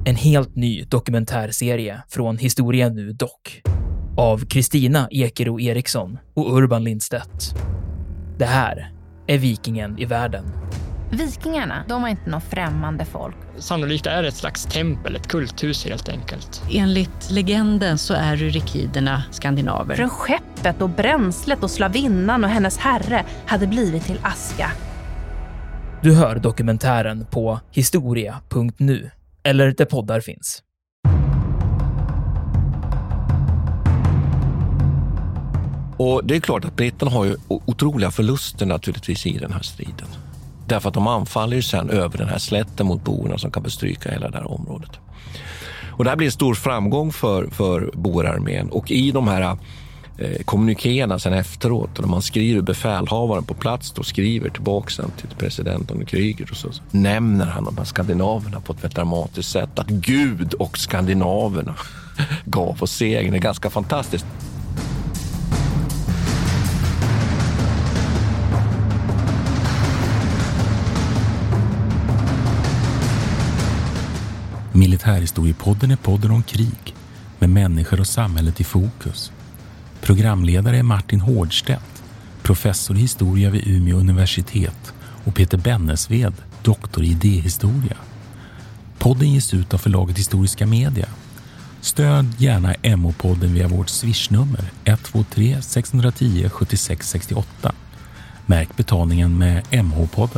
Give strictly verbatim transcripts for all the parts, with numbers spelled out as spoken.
En helt ny dokumentärserie från Historia Nu Dock. Av Kristina Ekero Eriksson och Urban Lindstedt. Det här är Vikingen i världen. Vikingarna, de var inte någon främmande folk. Sannolikt är det ett slags tempel, ett kulthus helt enkelt. Enligt legenden så är rykiderna skandinaver. Från skeppet och bränslet och slavinnan och hennes herre hade blivit till aska. Du hör dokumentären på historia punkt nu eller där poddar finns. Och det är klart att britterna har ju otroliga förluster naturligtvis i den här striden. Därför att de anfaller ju sen över den här slätten mot boerna som kan bestryka hela det här området. Och det här blir en stor framgång för, för boerarmén. Och i de här eh, kommunikéerna sen efteråt, när man skriver befälhavaren på plats och skriver tillbaka sen till presidenten och kriget och så, så nämner han de här skandinaverna på ett väldigt dramatiskt sätt. Att Gud och skandinaverna gav oss segern. Det är ganska fantastiskt. Militärhistoriepodden är podden om krig med människor och samhället i fokus. Programledare är Martin Hårdstedt, professor i historia vid Umeå universitet, och Peter Bennesved, doktor i idéhistoria. Podden ges ut av förlaget Historiska Media. Stöd gärna M O-podden via vårt swishnummer ett två tre sex ett noll sju sex sex åtta. Märk betalningen med M H-podden.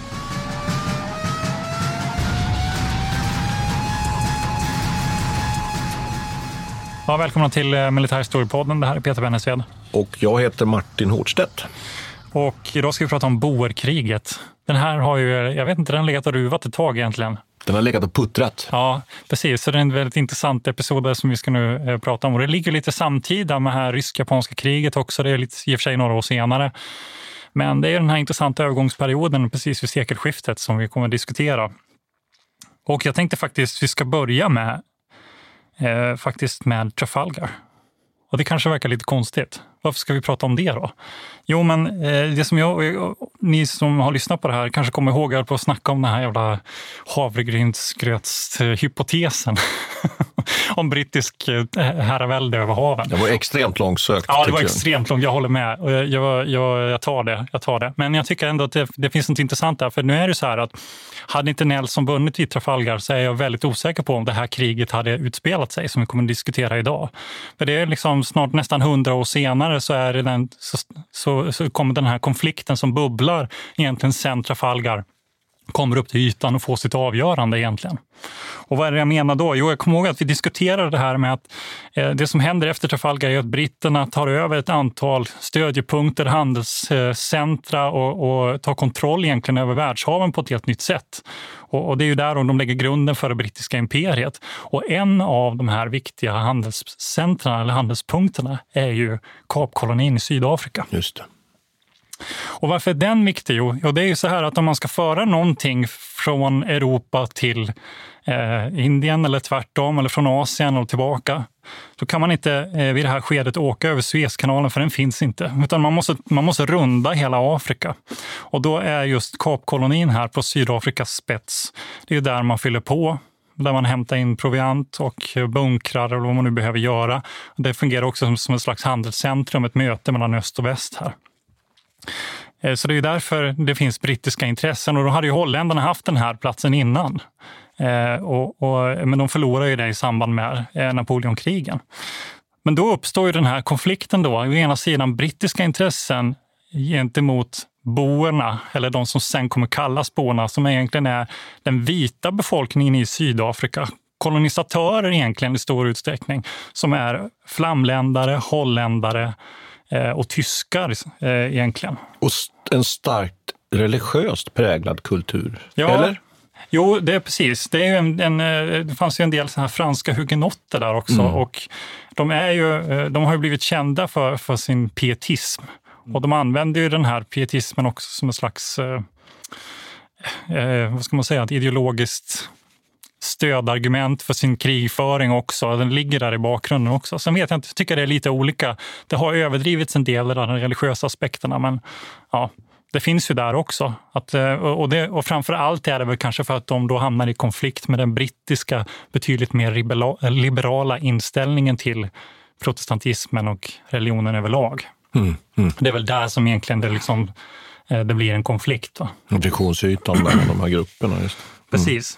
Ja, välkomna till Militärhistoriepodden. Det här är Peter Bennesved. Och jag heter Martin Hårdstedt. Och idag ska vi prata om boerkriget. Den här har ju, jag vet inte, den har legat och ruvat ett tag egentligen. Den har legat och puttrat. Ja, precis. Så det är en väldigt intressant episod som vi ska nu eh, prata om. Och det ligger lite samtida med det här rysk-japanska kriget också. Det är lite, i och för sig några år senare. Men det är den här intressanta övergångsperioden precis vid sekelskiftet som vi kommer att diskutera. Och jag tänkte faktiskt vi ska börja med Eh, faktiskt med Trafalgar. Och det kanske verkar lite konstigt. Varför ska vi prata om det då? Jo, men eh, det som jag, ni som har lyssnat på det här kanske kommer ihåg att på att snacka om den här jävla havregrynsgrötshypotesen om brittisk eh, herravälde över haven. Det var extremt långsökt. Ja, det var extremt långt. Jag håller med. Och jag, jag, jag, jag, tar det, jag tar det. Men jag tycker ändå att det, det finns något intressant där. För nu är det så här att hade inte Nelson vunnit i Trafalgar så är jag väldigt osäker på om det här kriget hade utspelat sig som vi kommer att diskutera idag. För det är liksom snart nästan hundra år senare så, är det den, så, så, så kommer den här konflikten som bubblar egentligen sen Trafalgar kommer upp till ytan och får sitt avgörande egentligen. Och vad är det jag menar då? Jo, jag kommer ihåg att vi diskuterade det här med att eh, det som händer efter Trafalgar är att britterna tar över ett antal stödjepunkter, handelscentra och, och tar kontroll egentligen över världshaven på ett helt nytt sätt. Och, och det är ju där de lägger grunden för det brittiska imperiet. Och en av de här viktiga handelscentrarna eller handelspunkterna är ju Kapkolonin i Sydafrika. Just det. Och varför är den viktig? Jo, det är ju så här att om man ska föra någonting från Europa till eh, Indien eller tvärtom eller från Asien och tillbaka, då kan man inte eh, vid det här skedet åka över Suezkanalen för den finns inte. Utan man måste, man måste runda hela Afrika. Och då är just Kapkolonin här på Sydafrikas spets. Det är ju där man fyller på, där man hämtar in proviant och bunkrar och vad man nu behöver göra. Det fungerar också som, som ett slags handelscentrum, ett möte mellan öst och väst här. Så det är därför det finns brittiska intressen, och då hade ju holländarna haft den här platsen innan. Eh, och, och, men de förlorar ju det i samband med eh, Napoleonkrigen. Men då uppstår ju den här konflikten då. Å ena sidan brittiska intressen gentemot boerna, eller de som sen kommer kallas boerna, som egentligen är den vita befolkningen i Sydafrika. Kolonisatörer egentligen i stor utsträckning, som är flamländare, holländare och tyskar eh, egentligen. Och en starkt religiöst präglad kultur, ja, eller? Jo, det är precis. Det, är ju en, en, det fanns ju en del så här franska hugenotter där också. Mm. Och de, är ju, de har ju blivit kända för, för sin pietism. Och de använder ju den här pietismen också som en slags eh, eh, vad ska man säga, ett ideologiskt stödargument för sin krigföring också. Den ligger där i bakgrunden också. Sen vet jag inte, jag tycker det är lite olika. Det har överdrivits en del av de religiösa aspekterna, men ja, det finns ju där också. Att, och, det, och framför allt är det väl kanske för att de då hamnar i konflikt med den brittiska betydligt mer liberala inställningen till protestantismen och religionen överlag. Mm, mm. Det är väl där som egentligen det, liksom, det blir en konflikt. Då. Friktionsytan mellan de här grupperna. Just. Mm. Precis.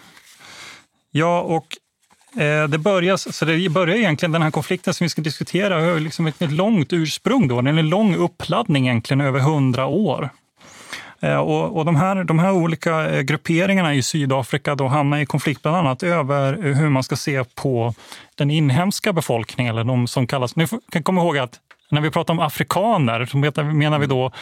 Ja, och eh, det, börjar, så det börjar egentligen den här konflikten som vi ska diskutera har liksom ett, ett långt ursprung då. Det är en lång uppladdning egentligen över hundra år. Eh, och och de, här, de här olika eh, grupperingarna i Sydafrika då hamnar i konflikt bland annat över hur man ska se på den inhemska befolkningen, eller de som kallas, nu kan komma ihåg att när vi pratar om afrikaner så menar vi då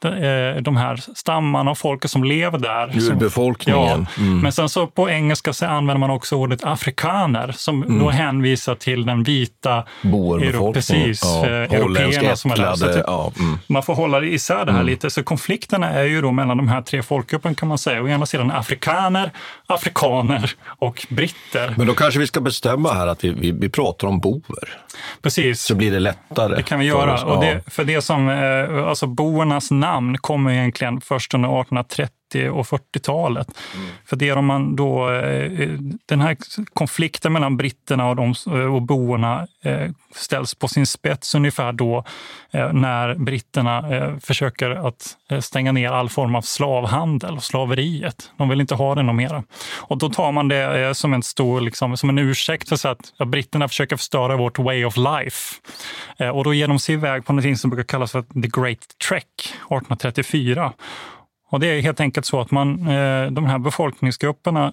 de här stammarna och folket som lever där. Urbefolkningen. Ja, mm. Men sen så på engelska så använder man också ordet afrikaner som mm. då hänvisar till den vita boerbefolkningen. Precis, ja. Européerna som är där. Så ja. mm. Man får hålla isär det här mm. lite. Så konflikterna är ju då mellan de här tre folkgrupperna kan man säga. Å ena sidan afrikaner, afrikaner och britter. Men då kanske vi ska bestämma här att vi, vi, vi pratar om boer. Precis. Så blir det lättare. Det kan vi göra. För, och det, för det som, alltså boernas namn kommer egentligen först under artonhundratrettio och fyrtiotalet. Mm. För det om man då, den här konflikten mellan britterna och, de, och boerna ställs på sin spets ungefär då när britterna försöker att stänga ner all form av slavhandel och slaveriet. De vill inte ha det något mera. Och då tar man det som en stor, liksom, som en ursäkt för så att ja, britterna försöker förstöra vårt way of life. Och då ger de sig iväg på något som brukar kallas för The Great Trek artonhundratrettiofyra. Och det är helt enkelt så att man, de här befolkningsgrupperna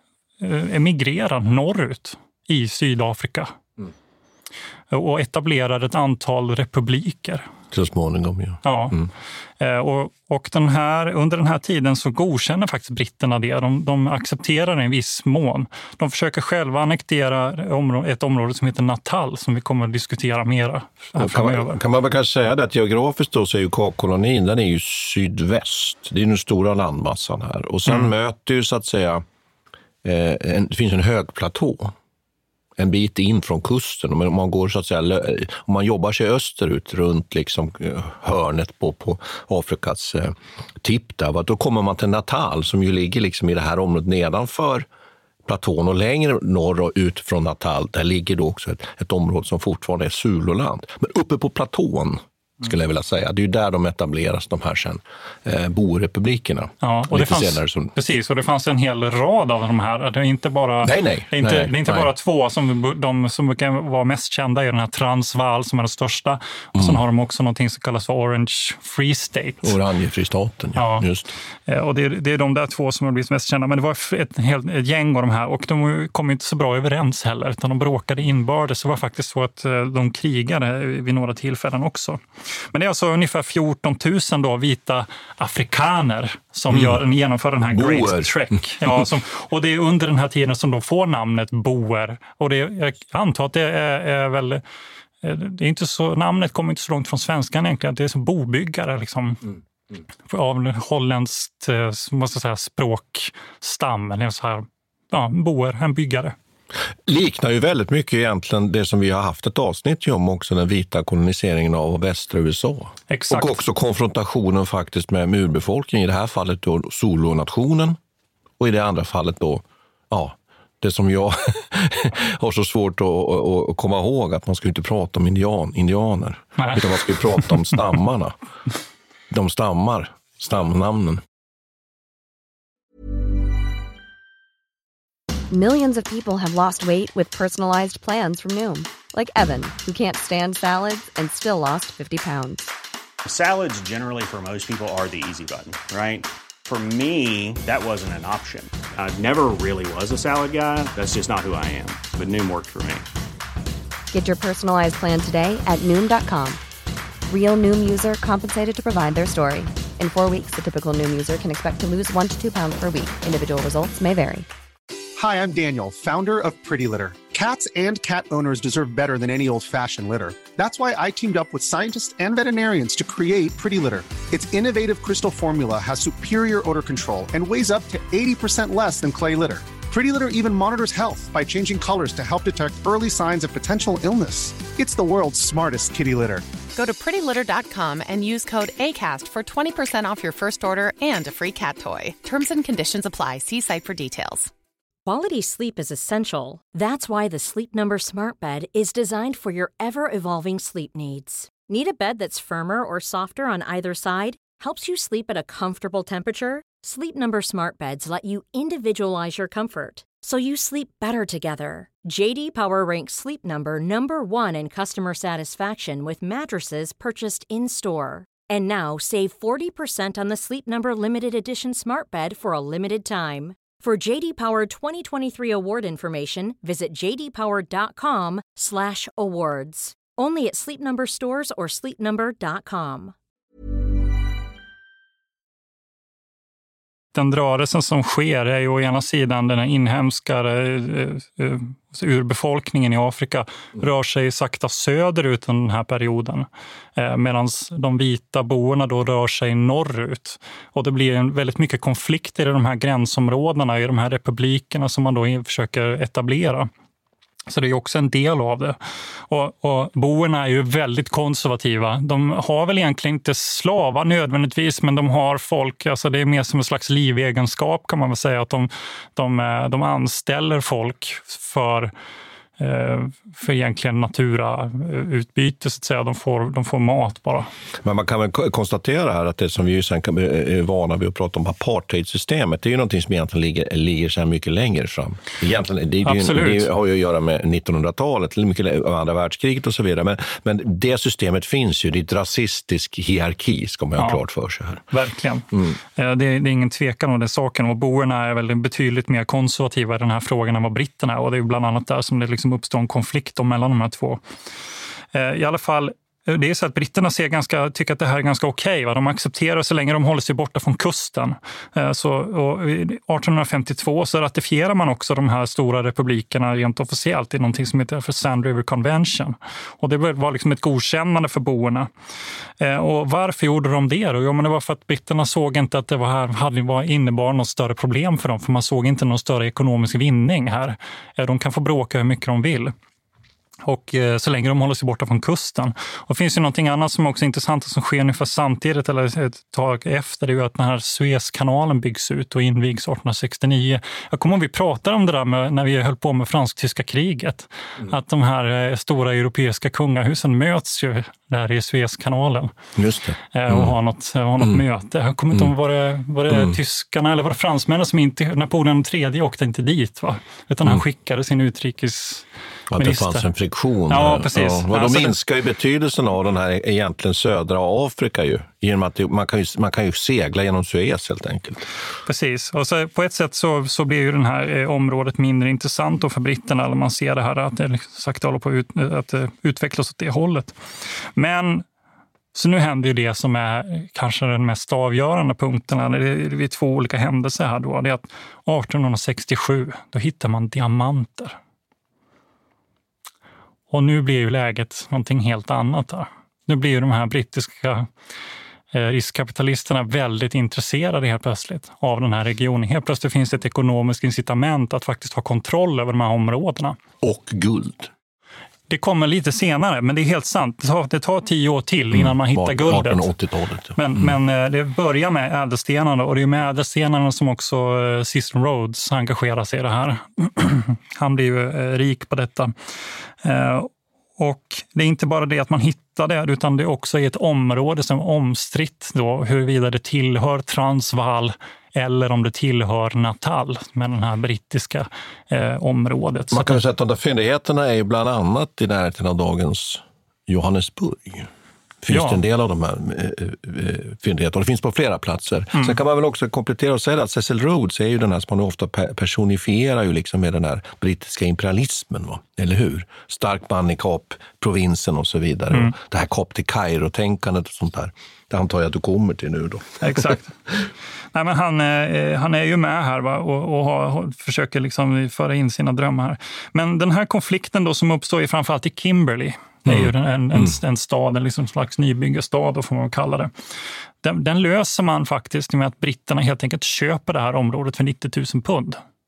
emigrerar norrut i Sydafrika mm. och etablerar ett antal republiker. Så småningom, ja. Ja. Mm. Och, och den här, under den här tiden så godkänner faktiskt britterna det. De, de accepterar en viss mån. De försöker själva annektera ett område som heter Natal som vi kommer att diskutera mera här framöver. Man, kan man väl kanske säga det att geografiskt då så är ju Kapkolonin, den är ju sydväst. Det är den stora landmassan här. Och sen mm. möter ju så att säga, eh, en, det finns en hög platå. En bit in från kusten. Om man går så att säga, om man jobbar sig österut runt liksom hörnet på, på Afrikas eh, tipp där, då kommer man till Natal som ju ligger liksom i det här området nedanför platån och längre norr och ut från Natal. Där ligger då också ett, ett område som fortfarande är Zululand. Men uppe på platån skulle jag vilja säga. Det är ju där de etableras, de här sen eh, borepublikerna. Ja, och det fanns, som... precis, och det fanns en hel rad av de här. Det är inte bara, nej, nej, det är inte, nej, det är inte nej. bara två som de som brukar vara mest kända är den här Transvaal som är den största. Och mm. sen har de också någonting som kallas för Orange Free State. Orangefristaten, ja. ja. Just. Och det är, det är de där två som har blivit mest kända. Men det var ett, helt, ett gäng av de här och de kom inte så bra överens heller. Utan de bråkade inbördes. Det var faktiskt så att de krigade vid några tillfällen också. Men det är alltså ungefär fjorton tusen då vita afrikaner som mm. gör, genomför den här Great Boer. Trek. Ja, som, och det är under den här tiden som de får namnet Boer. Och det, jag antar att det är, är väl... Det är inte så, namnet kommer inte så långt från svenskan egentligen. Det är som bobyggare liksom. Mm. Mm. Av holländskt måste jag säga, språkstam. Eller så här, ja, boer, en byggare. Liknar ju väldigt mycket egentligen det som vi har haft ett avsnitt om också, den vita koloniseringen av västra U S A. Exakt. Och också konfrontationen faktiskt med murbefolkningen, i det här fallet då Zulu-nationen och i det andra fallet då, ja, det som jag har så svårt att, att, att komma ihåg, att man ska inte prata om indian, indianer, Nej. utan man ska prata om stammarna. De stammar, stamnamnen. Millions of people have lost weight with personalized plans from Noom. Like Evan, who can't stand salads and still lost fifty pounds. Salads generally for most people are the easy button, right? For me, that wasn't an option. I never really was a salad guy. That's just not who I am. But Noom worked for me. Get your personalized plan today at Noom dot com. Real Noom user compensated to provide their story. In four weeks, the typical Noom user can expect to lose one to two pounds per week. Individual results may vary. Hi, I'm Daniel, founder of Pretty Litter. Cats and cat owners deserve better than any old-fashioned litter. That's why I teamed up with scientists and veterinarians to create Pretty Litter. Its innovative crystal formula has superior odor control and weighs up to eighty percent less than clay litter. Pretty Litter even monitors health by changing colors to help detect early signs of potential illness. It's the world's smartest kitty litter. Go to pretty litter dot com and use code ACAST for twenty percent off your first order and a free cat toy. Terms and conditions apply. See site for details. Quality sleep is essential. That's why the Sleep Number Smart Bed is designed for your ever-evolving sleep needs. Need a bed that's firmer or softer on either side? Helps you sleep at a comfortable temperature? Sleep Number Smart Beds let you individualize your comfort, so you sleep better together. J D Power ranks Sleep Number number one in customer satisfaction with mattresses purchased in-store. And now, save forty percent on the Sleep Number Limited Edition Smart Bed for a limited time. For J D Power twenty twenty-three award information, visit j d power dot com slash awards. Only at Sleep Number stores or sleep number dot com. Den rörelsen som sker är ju å ena sidan den här inhemska uh, uh, urbefolkningen i Afrika rör sig sakta söderut under den här perioden. Uh, Medan de vita boerna då rör sig norrut. Och det blir en väldigt mycket konflikter i de här gränsområdena, i de här republikerna som man då försöker etablera. Så det är också en del av det. Och, och boerna är ju väldigt konservativa. De har väl egentligen inte slavar nödvändigtvis, men de har folk, alltså det är mer som en slags livegenskap kan man väl säga, att de, de, de anställer folk för, för egentligen naturautbyte så att säga. De får, de får mat bara. Men man kan väl konstatera här att det som vi ju sen kan, är vana vid att prata om apartheidsystemet, det är ju någonting som egentligen ligger, ligger så här mycket längre fram. Egentligen, det, det, det, det har ju att göra med nittonhundratalet, mycket andra världskriget och så vidare. Men, men det systemet finns ju, det är ett rasistisk hierarki ska man ha ja, klart för sig här. Verkligen. Mm. Det, det är ingen tvekan om den saken, och boerna är väl betydligt mer konservativa i den här frågan än vad britterna är, och det är bland annat där som det liksom uppstår en konflikt mellan de här två. I alla fall, det är så att britterna ser ganska, tycker att det här är ganska okej. Va? De accepterar så länge de håller sig borta från kusten. Så, och arton femtiotvå så ratifierar man också de här stora republikerna rent officiellt i någonting som heter för Sand River Convention. Och det var liksom ett godkännande för boerna. Och varför gjorde de det då? Jo, men det var för att britterna såg inte att det var här, hade var innebar något större problem för dem. För man såg inte någon större ekonomisk vinning här. De kan få bråka hur mycket de vill. Och eh, så länge de håller sig borta från kusten. Och det finns ju någonting annat som också är intressant och som sker ungefär samtidigt eller ett tag efter, det är ju att den här Suezkanalen byggs ut och invigs arton sextionio. Jag kommer ihåg vi pratade om det där med, när vi höll på med fransk-tyska kriget. Mm. Att de här eh, stora europeiska kungahusen möts ju där i Suezkanalen. Just det. Mm. Eh, och har något, har något mm. möte. Jag kommer inte ihåg, var det, var det mm. tyskarna eller var det fransmännen som inte, Napoleon den tredje åkte inte dit va? Utan mm. han skickade sin utrikes... Att det fanns en friktion. Ja, precis. Ja, och då minskar ju betydelsen av den här egentligen södra Afrika ju. Genom att det, man, kan ju, man kan ju segla genom Suez helt enkelt. Precis. Och så på ett sätt så, så blir ju det här eh, området mindre intressant då för britterna. Eller man ser det här att det sakta håller på att, ut, att det utvecklas åt det hållet. Men så nu händer ju det som är kanske den mest avgörande punkten. Det är vid två olika händelser här då. Det är att arton sextiosju, då hittar man diamanter. Och nu blir ju läget någonting helt annat här. Nu blir ju de här brittiska eh, riskkapitalisterna väldigt intresserade helt plötsligt av den här regionen. Helt plötsligt finns det ett ekonomiskt incitament att faktiskt ha kontroll över de här områdena. Och guld. Det kommer lite senare, men det är helt sant. Det tar, det tar tio år till innan man hittar guldet. arton åttiotalet. Ja. Men, mm. men det börjar med ädelstenarna, och det är med ädelstenarna som också Cecil Rhodes engagerar sig i det här. Han blir ju rik på detta. Och det är inte bara det att man hittar det, utan det är också i ett område som är omstritt då, huruvida det tillhör Transvaal eller om det tillhör Natal med den här brittiska eh, området. Man kan ju säga att de där fyndigheterna är ju bland annat i närheten av dagens Johannesburg. Finns ja. det en del av de här äh, fyndigheterna. Det finns på flera platser. Mm. Sen kan man väl också komplettera och säga att Cecil Rhodes är ju den här som man ofta personifierar ju liksom med den här brittiska imperialismen. Va? Eller hur? Stark man i Kap-provinsen och så vidare. Mm. Och det här Kap till Kairo-tänkandet och sånt där. Det antar jag att du kommer till nu då. Exakt. Nej, men han, eh, han är ju med här va? och, och har, har, försöker liksom föra in sina drömmar här. Men den här konflikten då som uppstår är framförallt i Kimberley. Det är ju en, en, en, en stad, en liksom slags nybyggarstad, då får man kalla det. Den, den löser man faktiskt med att britterna helt enkelt köper det här området för nittio tusen pund.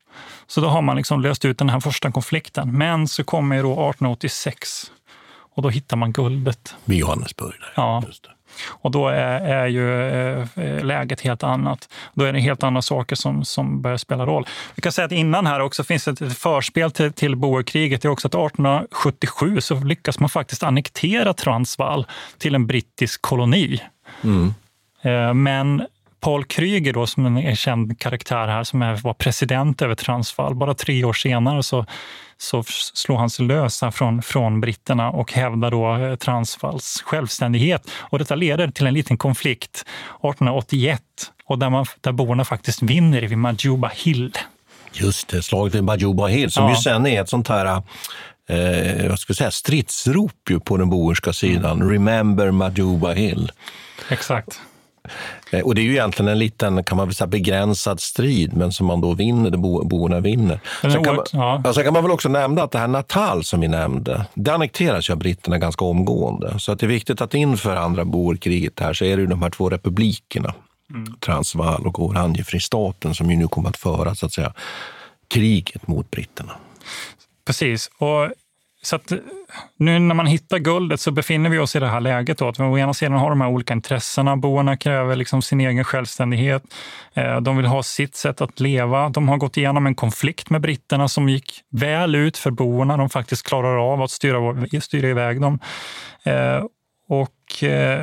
Så då har man liksom löst ut den här första konflikten. Men så kommer ju då arton åttiosex och då hittar man guldet. Vid Johannesburg. Där. Ja. Just det. Och då är, är ju eh, läget helt annat. Då är det helt andra saker som, som börjar spela roll. Vi kan säga att innan här också finns ett, ett förspel till, till Boerkriget. Det är också att arton sjuttiosju så lyckas man faktiskt annektera Transvaal till en brittisk koloni. Mm. Eh, men Paul Krüger då, som en känd karaktär här, som är, var president över Transvaal, bara tre år senare så så slår han sig lösa från, från britterna och hävdar då Transvaals självständighet. Och detta leder till en liten konflikt arton åttioett och där, man, där borna faktiskt vinner vid Majuba Hill. Just det, slaget vid Majuba Hill som ja. ju sen är ett sånt här eh, vad ska jag säga, stridsrop ju på den boerska sidan. Mm. Remember Majuba Hill. Exakt. Och det är ju egentligen en liten, kan man väl säga, begränsad strid, men som man då vinner, det bo, boerna vinner. Sen kan, man, ja. alltså kan man väl också nämna att det här Natal som vi nämnde, det annekteras ju av britterna ganska omgående. Så att det är viktigt att inför andra boerkriget här så är det ju de här två republikerna, mm. Transvaal och Oranjefristaten, som ju nu kommer att föra så att säga kriget mot britterna. Precis, och så att nu när man hittar guldet så befinner vi oss i det här läget då, att vi å ena sidan har de här olika intressena. Boerna kräver liksom sin egen självständighet. De vill ha sitt sätt att leva. De har gått igenom en konflikt med britterna som gick väl ut för boerna. De faktiskt klarar av att styra, styra iväg dem. Och,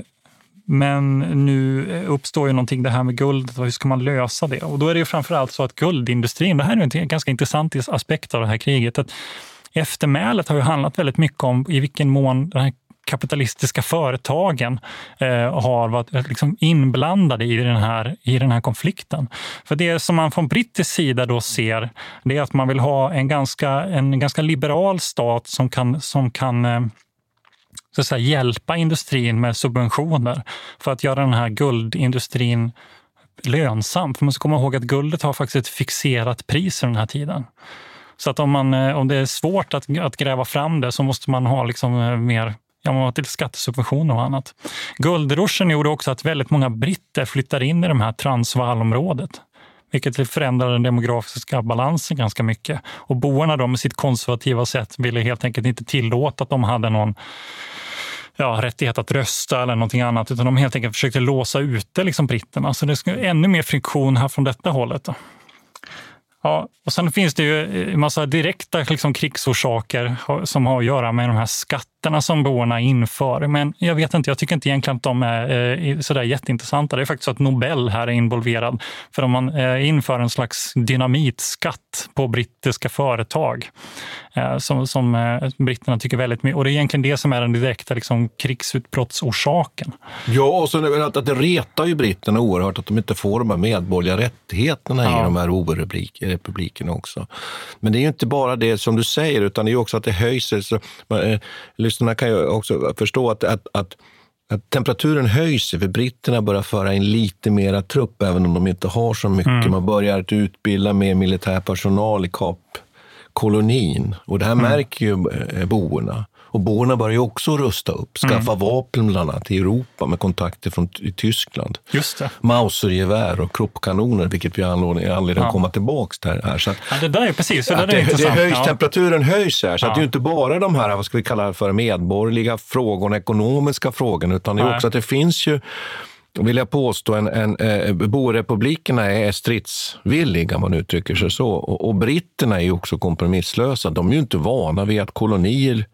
men nu uppstår ju någonting, det här med guldet. Hur ska man lösa det? Och då är det ju framförallt så att guldindustrin, det här är en ganska intressant aspekt av det här kriget, att eftermälet har ju handlat väldigt mycket om i vilken mån den här kapitalistiska företagen eh, har varit liksom inblandade i den, här, i den här konflikten. För det som man från brittisk sida då ser, det är att man vill ha en ganska, en ganska liberal stat som kan, som kan eh, så att säga, hjälpa industrin med subventioner för att göra den här guldindustrin lönsam. För man ska komma ihåg att guldet har faktiskt ett fixerat pris i den här tiden. Så att om, man, om det är svårt att, att gräva fram det så måste man ha liksom mer, ja, man har till skattesubventioner och annat. Guldruschen gjorde också att väldigt många britter flyttar in i de här Transvaalområdet, vilket förändrar den demografiska balansen ganska mycket. Och boerna då med sitt konservativa sätt ville helt enkelt inte tillåta att de hade någon ja, rättighet att rösta eller någonting annat, utan de helt enkelt försökte låsa ute liksom britterna. Så det ska ännu mer friktion här från detta hållet då. Ja, och sen finns det ju en massa direkta liksom, krigsorsaker som har att göra med de här skatterna som boerna inför. Men jag vet inte, jag tycker inte egentligen att de är eh, sådär jätteintressanta. Det är faktiskt så att Nobel här är involverad. För om man eh, inför en slags dynamitskatt på brittiska företag eh, som, som eh, britterna tycker väldigt mycket. Och det är egentligen det som är den direkta liksom, krigsutbrottsorsaken. Ja, och så är det att det retar ju britterna oerhört att de inte får de här medborgerliga rättigheterna ja. i de här oberrepublikerna också. Men det är ju inte bara det som du säger, utan det är också att det höjs. Så, eh, lyssnarna kan ju också förstå att, att, att, att temperaturen höjs för britterna börjar föra in lite mera trupp även om de inte har så mycket. Mm. Man börjar att utbilda mer militär personal i Kapkolonin och det här mm. märker ju eh, boerna. Och boerna börjar ju också rusta upp, skaffa mm. vapen bland annat i Europa med kontakter från i Tyskland. Just det. Mausergevär och kroppkanoner, vilket vi har anledning att komma tillbaka till här. Så att, ja, det där är precis, så det, det, är det höjs, ja. temperaturen höjs här, så ja. att det är ju inte bara de här, vad ska vi kalla det för, medborgerliga frågor, ekonomiska frågor, utan det är också att det finns ju, vill jag påstå, en, en, en boerrepublikerna är stridsvilliga, man uttrycker sig så. Och, och britterna är ju också kompromisslösa. De är ju inte vana vid att kolonier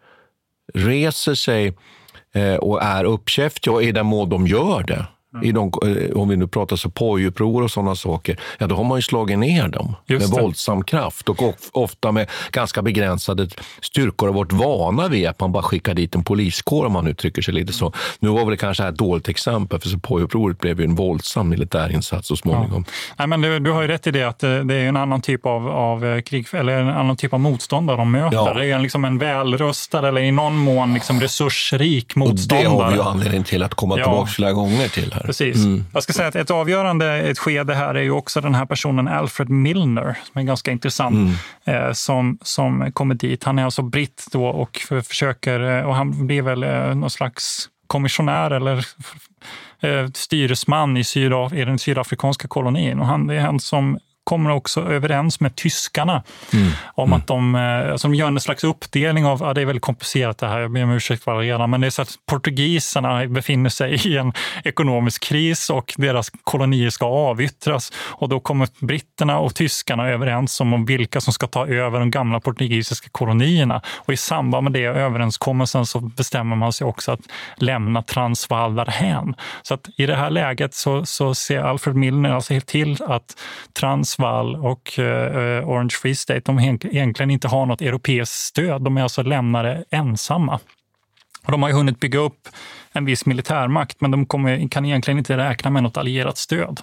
reser sig eh, och är uppkäftiga i den mån de gör det. Mm. I de, om vi nu pratar så pojuppror och sådana saker, ja då har man ju slagit ner dem Just med det. våldsam kraft och of, ofta med ganska begränsade styrkor och varit vana vid att man bara skickar dit en poliskår om man uttrycker sig lite så. Nu var väl det kanske ett dåligt exempel, för så pojupproret blev ju en våldsam militärinsats så småningom. Ja. Nej, men du, du har ju rätt i det att det är en annan typ av, av krig eller en annan typ av motståndare de möter. Ja. Det är liksom en välrustad eller i någon mån liksom resursrik motståndare. Och det har vi ju anledning till att komma ja. tillbaka flera gånger till här. Precis. Mm. Jag ska säga att ett avgörande ett skede här är ju också den här personen Alfred Milner, som är ganska intressant, mm. eh, som, som kommer dit. Han är alltså britt då och för, försöker, och han blir väl eh, någon slags kommissionär eller eh, styresman i, Sydaf- i den sydafrikanska kolonin. Och han, det är han som kommer också överens med tyskarna mm. om mm. att de, alltså de gör en slags uppdelning av, ja, det är väldigt komplicerat det här, jag ber om ursäkt för det redan, men det är så att portugiserna befinner sig i en ekonomisk kris och deras kolonier ska avyttras, och då kommer britterna och tyskarna överens om vilka som ska ta över de gamla portugisiska kolonierna, och i samband med det överenskommelsen så bestämmer man sig också att lämna Transvaal därhän. Så att i det här läget så, så ser Alfred Milner alltså helt till att Transvaal och eh, Orange Free State, de egentligen inte har något europeiskt stöd. De är alltså lämnade ensamma. Och de har ju hunnit bygga upp en viss militärmakt, men de kommer, kan egentligen inte räkna med något allierat stöd.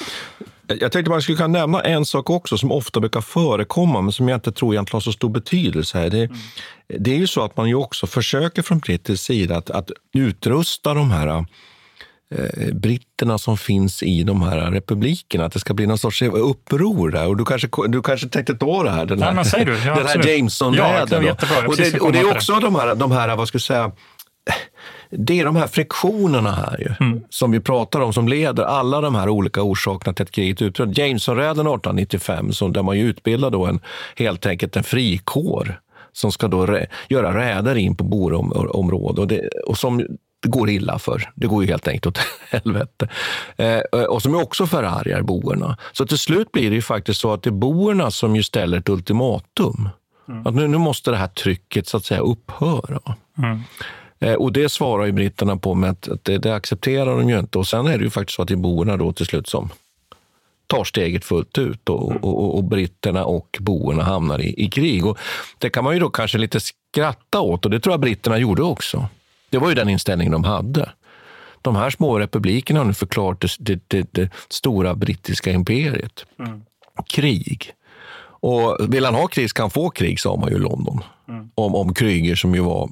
Jag tänkte man skulle kunna nämna en sak också som ofta brukar förekomma, men som jag inte tror egentligen har så stor betydelse här. Det, mm. det är ju så att man ju också försöker från brittisk sida att, att utrusta de här eh, britterna som finns i de här republikerna, att det ska bli någon sorts uppror där. Och du kanske, du kanske tänkte ta det här, den här, ja, du. Ja, den här Jameson-räden. Ja, och det, och det är också de här, de här, vad ska jag säga, det är de här friktionerna här ju, mm. som vi pratar om, som leder alla de här olika orsakerna till att kriget utbröt. Jameson-räden arton nittiofem, som där man ju utbildar då en, helt enkelt en frikår som ska då rä, göra räder in på boerområdet, och, det, och som det går illa för. Det går ju helt enkelt åt helvete. Eh, och som är också förargar boerna. Så till slut blir det ju faktiskt så att det är boerna som ju ställer ett ultimatum. Mm. Att nu, nu måste det här trycket så att säga upphöra. Mm. Eh, och det svarar ju britterna på med att, att det, det accepterar de ju inte. Och sen är det ju faktiskt så att det är boerna då till slut som tar steget fullt ut, och, och, och, och britterna och boerna hamnar i, i krig. Och det kan man ju då kanske lite skratta åt, och det tror jag britterna gjorde också. Det var ju den inställningen de hade. De här små republikerna har nu förklarat det, det, det, det stora brittiska imperiet. Mm. Krig. Och vill han ha krig kan han få krig, sa man ju i London. Mm. Om, om Krüger som ju var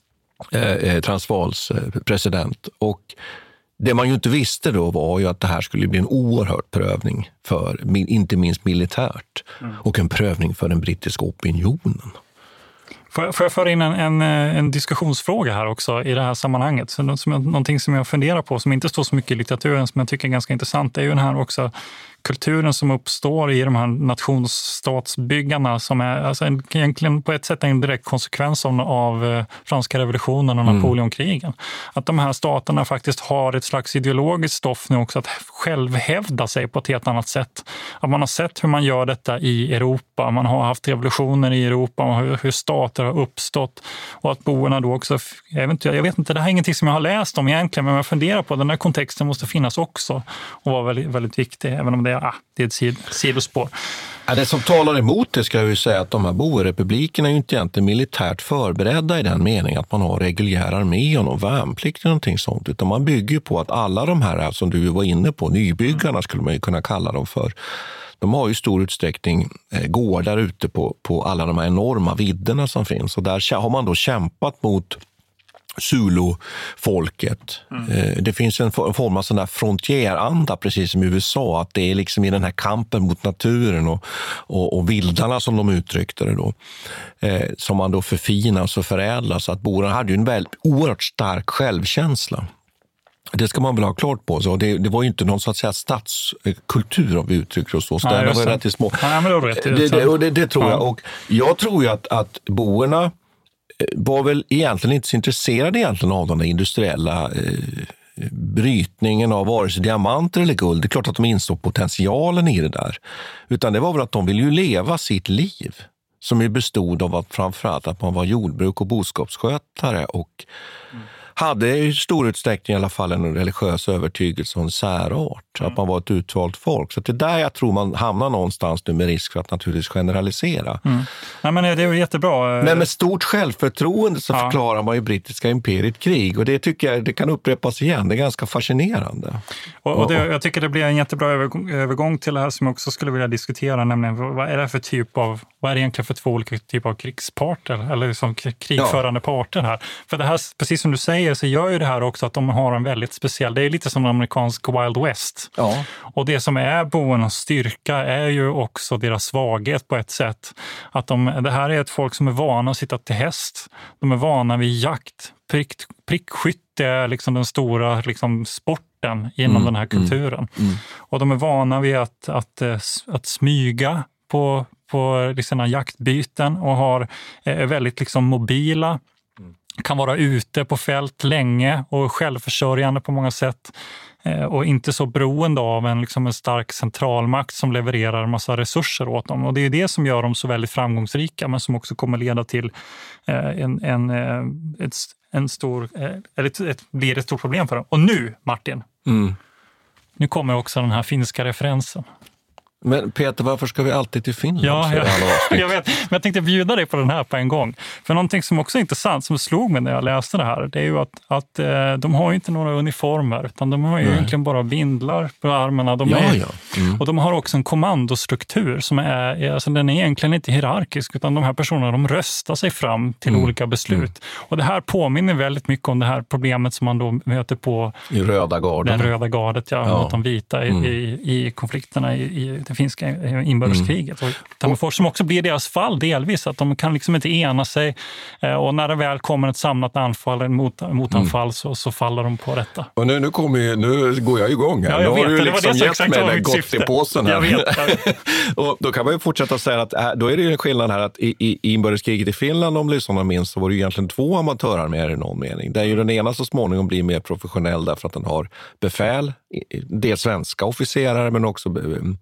eh, Transvaals eh, president. Och det man ju inte visste då var ju att det här skulle bli en oerhörd prövning för, inte minst militärt. Mm. Och en prövning för den brittiska opinionen. Får jag, får jag föra in en, en, en diskussionsfråga här också i det här sammanhanget? Så, som, någonting som jag funderar på, som inte står så mycket i litteraturen, som jag tycker är ganska intressant, är ju den här också kulturen som uppstår i de här nationsstatsbyggarna, som är alltså en, egentligen på ett sätt en direkt konsekvens av, av franska revolutionen och Napoleonkrigen. Mm. Att de här staterna faktiskt har ett slags ideologiskt stoff nu också, att själv hävda sig på ett helt annat sätt. Att man har sett hur man gör detta i Europa, man har haft revolutioner i Europa, och hur, hur stater har uppstått, och att boerna då också, jag vet, inte, jag vet inte, det här är ingenting som jag har läst om egentligen, men jag funderar på, den här kontexten måste finnas också och vara väldigt, väldigt viktig, även om det är, ah, det är ett sid, sidospår. Ja, det som talar emot det ska jag ju säga att de här boerrepublikerna är ju inte egentligen militärt förberedda i den meningen att man har reguljär armé och någon värnplikt eller någonting sånt, utan man bygger ju på att alla de här som du var inne på, nybyggarna skulle man ju kunna kalla dem för, de har ju i stor utsträckning eh, gårdar ute på, på alla de här enorma vidderna som finns, och där har man då kämpat mot Zulu-folket. Mm. Eh, det finns en form av sån där frontieranda, precis som i U S A, att det är liksom i den här kampen mot naturen och, och, och vildarna, som de uttryckte det då, eh, som man då förfinas och förädlar, så att boerna hade ju en väldigt oerhört stark självkänsla. Det ska man väl ha klart på sig. Det, det var ju inte någon så att säga statskultur, om vi uttrycker oss så. Så ja, var rätt små. Ja, men då rätt. Det, det, och det, det tror ja. jag. Och jag tror ju att, att boerna var väl egentligen inte så intresserade egentligen av den där industriella eh, brytningen av vare sig diamanter eller guld. Det är klart att de insåg potentialen i det där. Utan det var väl att de ville ju leva sitt liv, som ju bestod av att framförallt att man var jordbruk- och boskapsskötare och mm. hade i stor utsträckning i alla fall en religiös övertygelse och en särart. Mm. Att man var ett utvalt folk. Så det är där jag tror man hamnar någonstans nu, med risk för att naturligtvis generalisera. Mm. Nej, men det är jättebra. Men med stort självförtroende så ja. förklarar man ju brittiska imperiet krig. Och det tycker jag det kan upprepas igen. Det är ganska fascinerande. Och, och det, jag tycker det blir en jättebra övergång, övergång till det här som jag också skulle vilja diskutera. Nämligen vad är det för typ av, vad är det egentligen för två olika typer av krigsparter? Eller som krigförande ja. parter här. För det här, precis som du säger, så gör ju det här också att de har en väldigt speciell, det är lite som en amerikansk Wild West. Ja. Och det som är boernas styrka är ju också deras svaghet på ett sätt. Att de, det här är ett folk som är vana att sitta till häst. De är vana vid jakt. Prick, prickskytte är liksom den stora liksom, sporten sporten inom mm, den här kulturen. Mm, mm. Och de är vana vid att, att, att smyga på, på sina jaktbyten och har, är väldigt liksom mobila. Kan vara ute på fält länge och självförsörjande på många sätt. Och inte så beroende av en, liksom en stark centralmakt som levererar en massa resurser åt dem. Och det är det som gör dem så väldigt framgångsrika, men som också kommer leda till en, en, ett, en stor, eller ett, ett, blir ett stort problem för dem. Och nu, Martin, mm. nu kommer också den här finska referensen. Men Peter, varför ska vi alltid till Finland? Ja, jag, jag vet. Men jag tänkte bjuda dig på den här på en gång. För någonting som också är intressant, som slog mig när jag läste det här, det är ju att, att de har ju inte några uniformer, utan de har ju Nej. egentligen bara bindlar på armarna. De ja, är, ja. Mm. Och de har också en kommandostruktur som är, alltså den är egentligen inte hierarkisk, utan de här personerna, de röstar sig fram till mm. olika beslut. Mm. Och det här påminner väldigt mycket om det här problemet som man då möter på i röda garden. Den röda gardet, ja, ja. mot de vita i, mm. i, i konflikterna i, i det finska inbördeskriget. Mm. Och Tammerfors som också blir deras fall delvis, att de kan liksom inte ena sig, och när det väl kommer ett samlat anfall, en mot, motanfall, mm. så, så faller de på detta. Och nu, nu, kommer ju, nu går jag igång här. Ja, jag nu vet, har du det liksom gett mig den gott i påsen här. Jag vet, jag vet. Och då kan man ju fortsätta säga att då är det ju en skillnad här att i, i, i inbördeskriget i Finland, om lyssnarna minns, så var det ju egentligen två amatörarméer i någon mening. Där ju den ena så småningom blir mer professionell därför att den har befäl, dels svenska officerare men också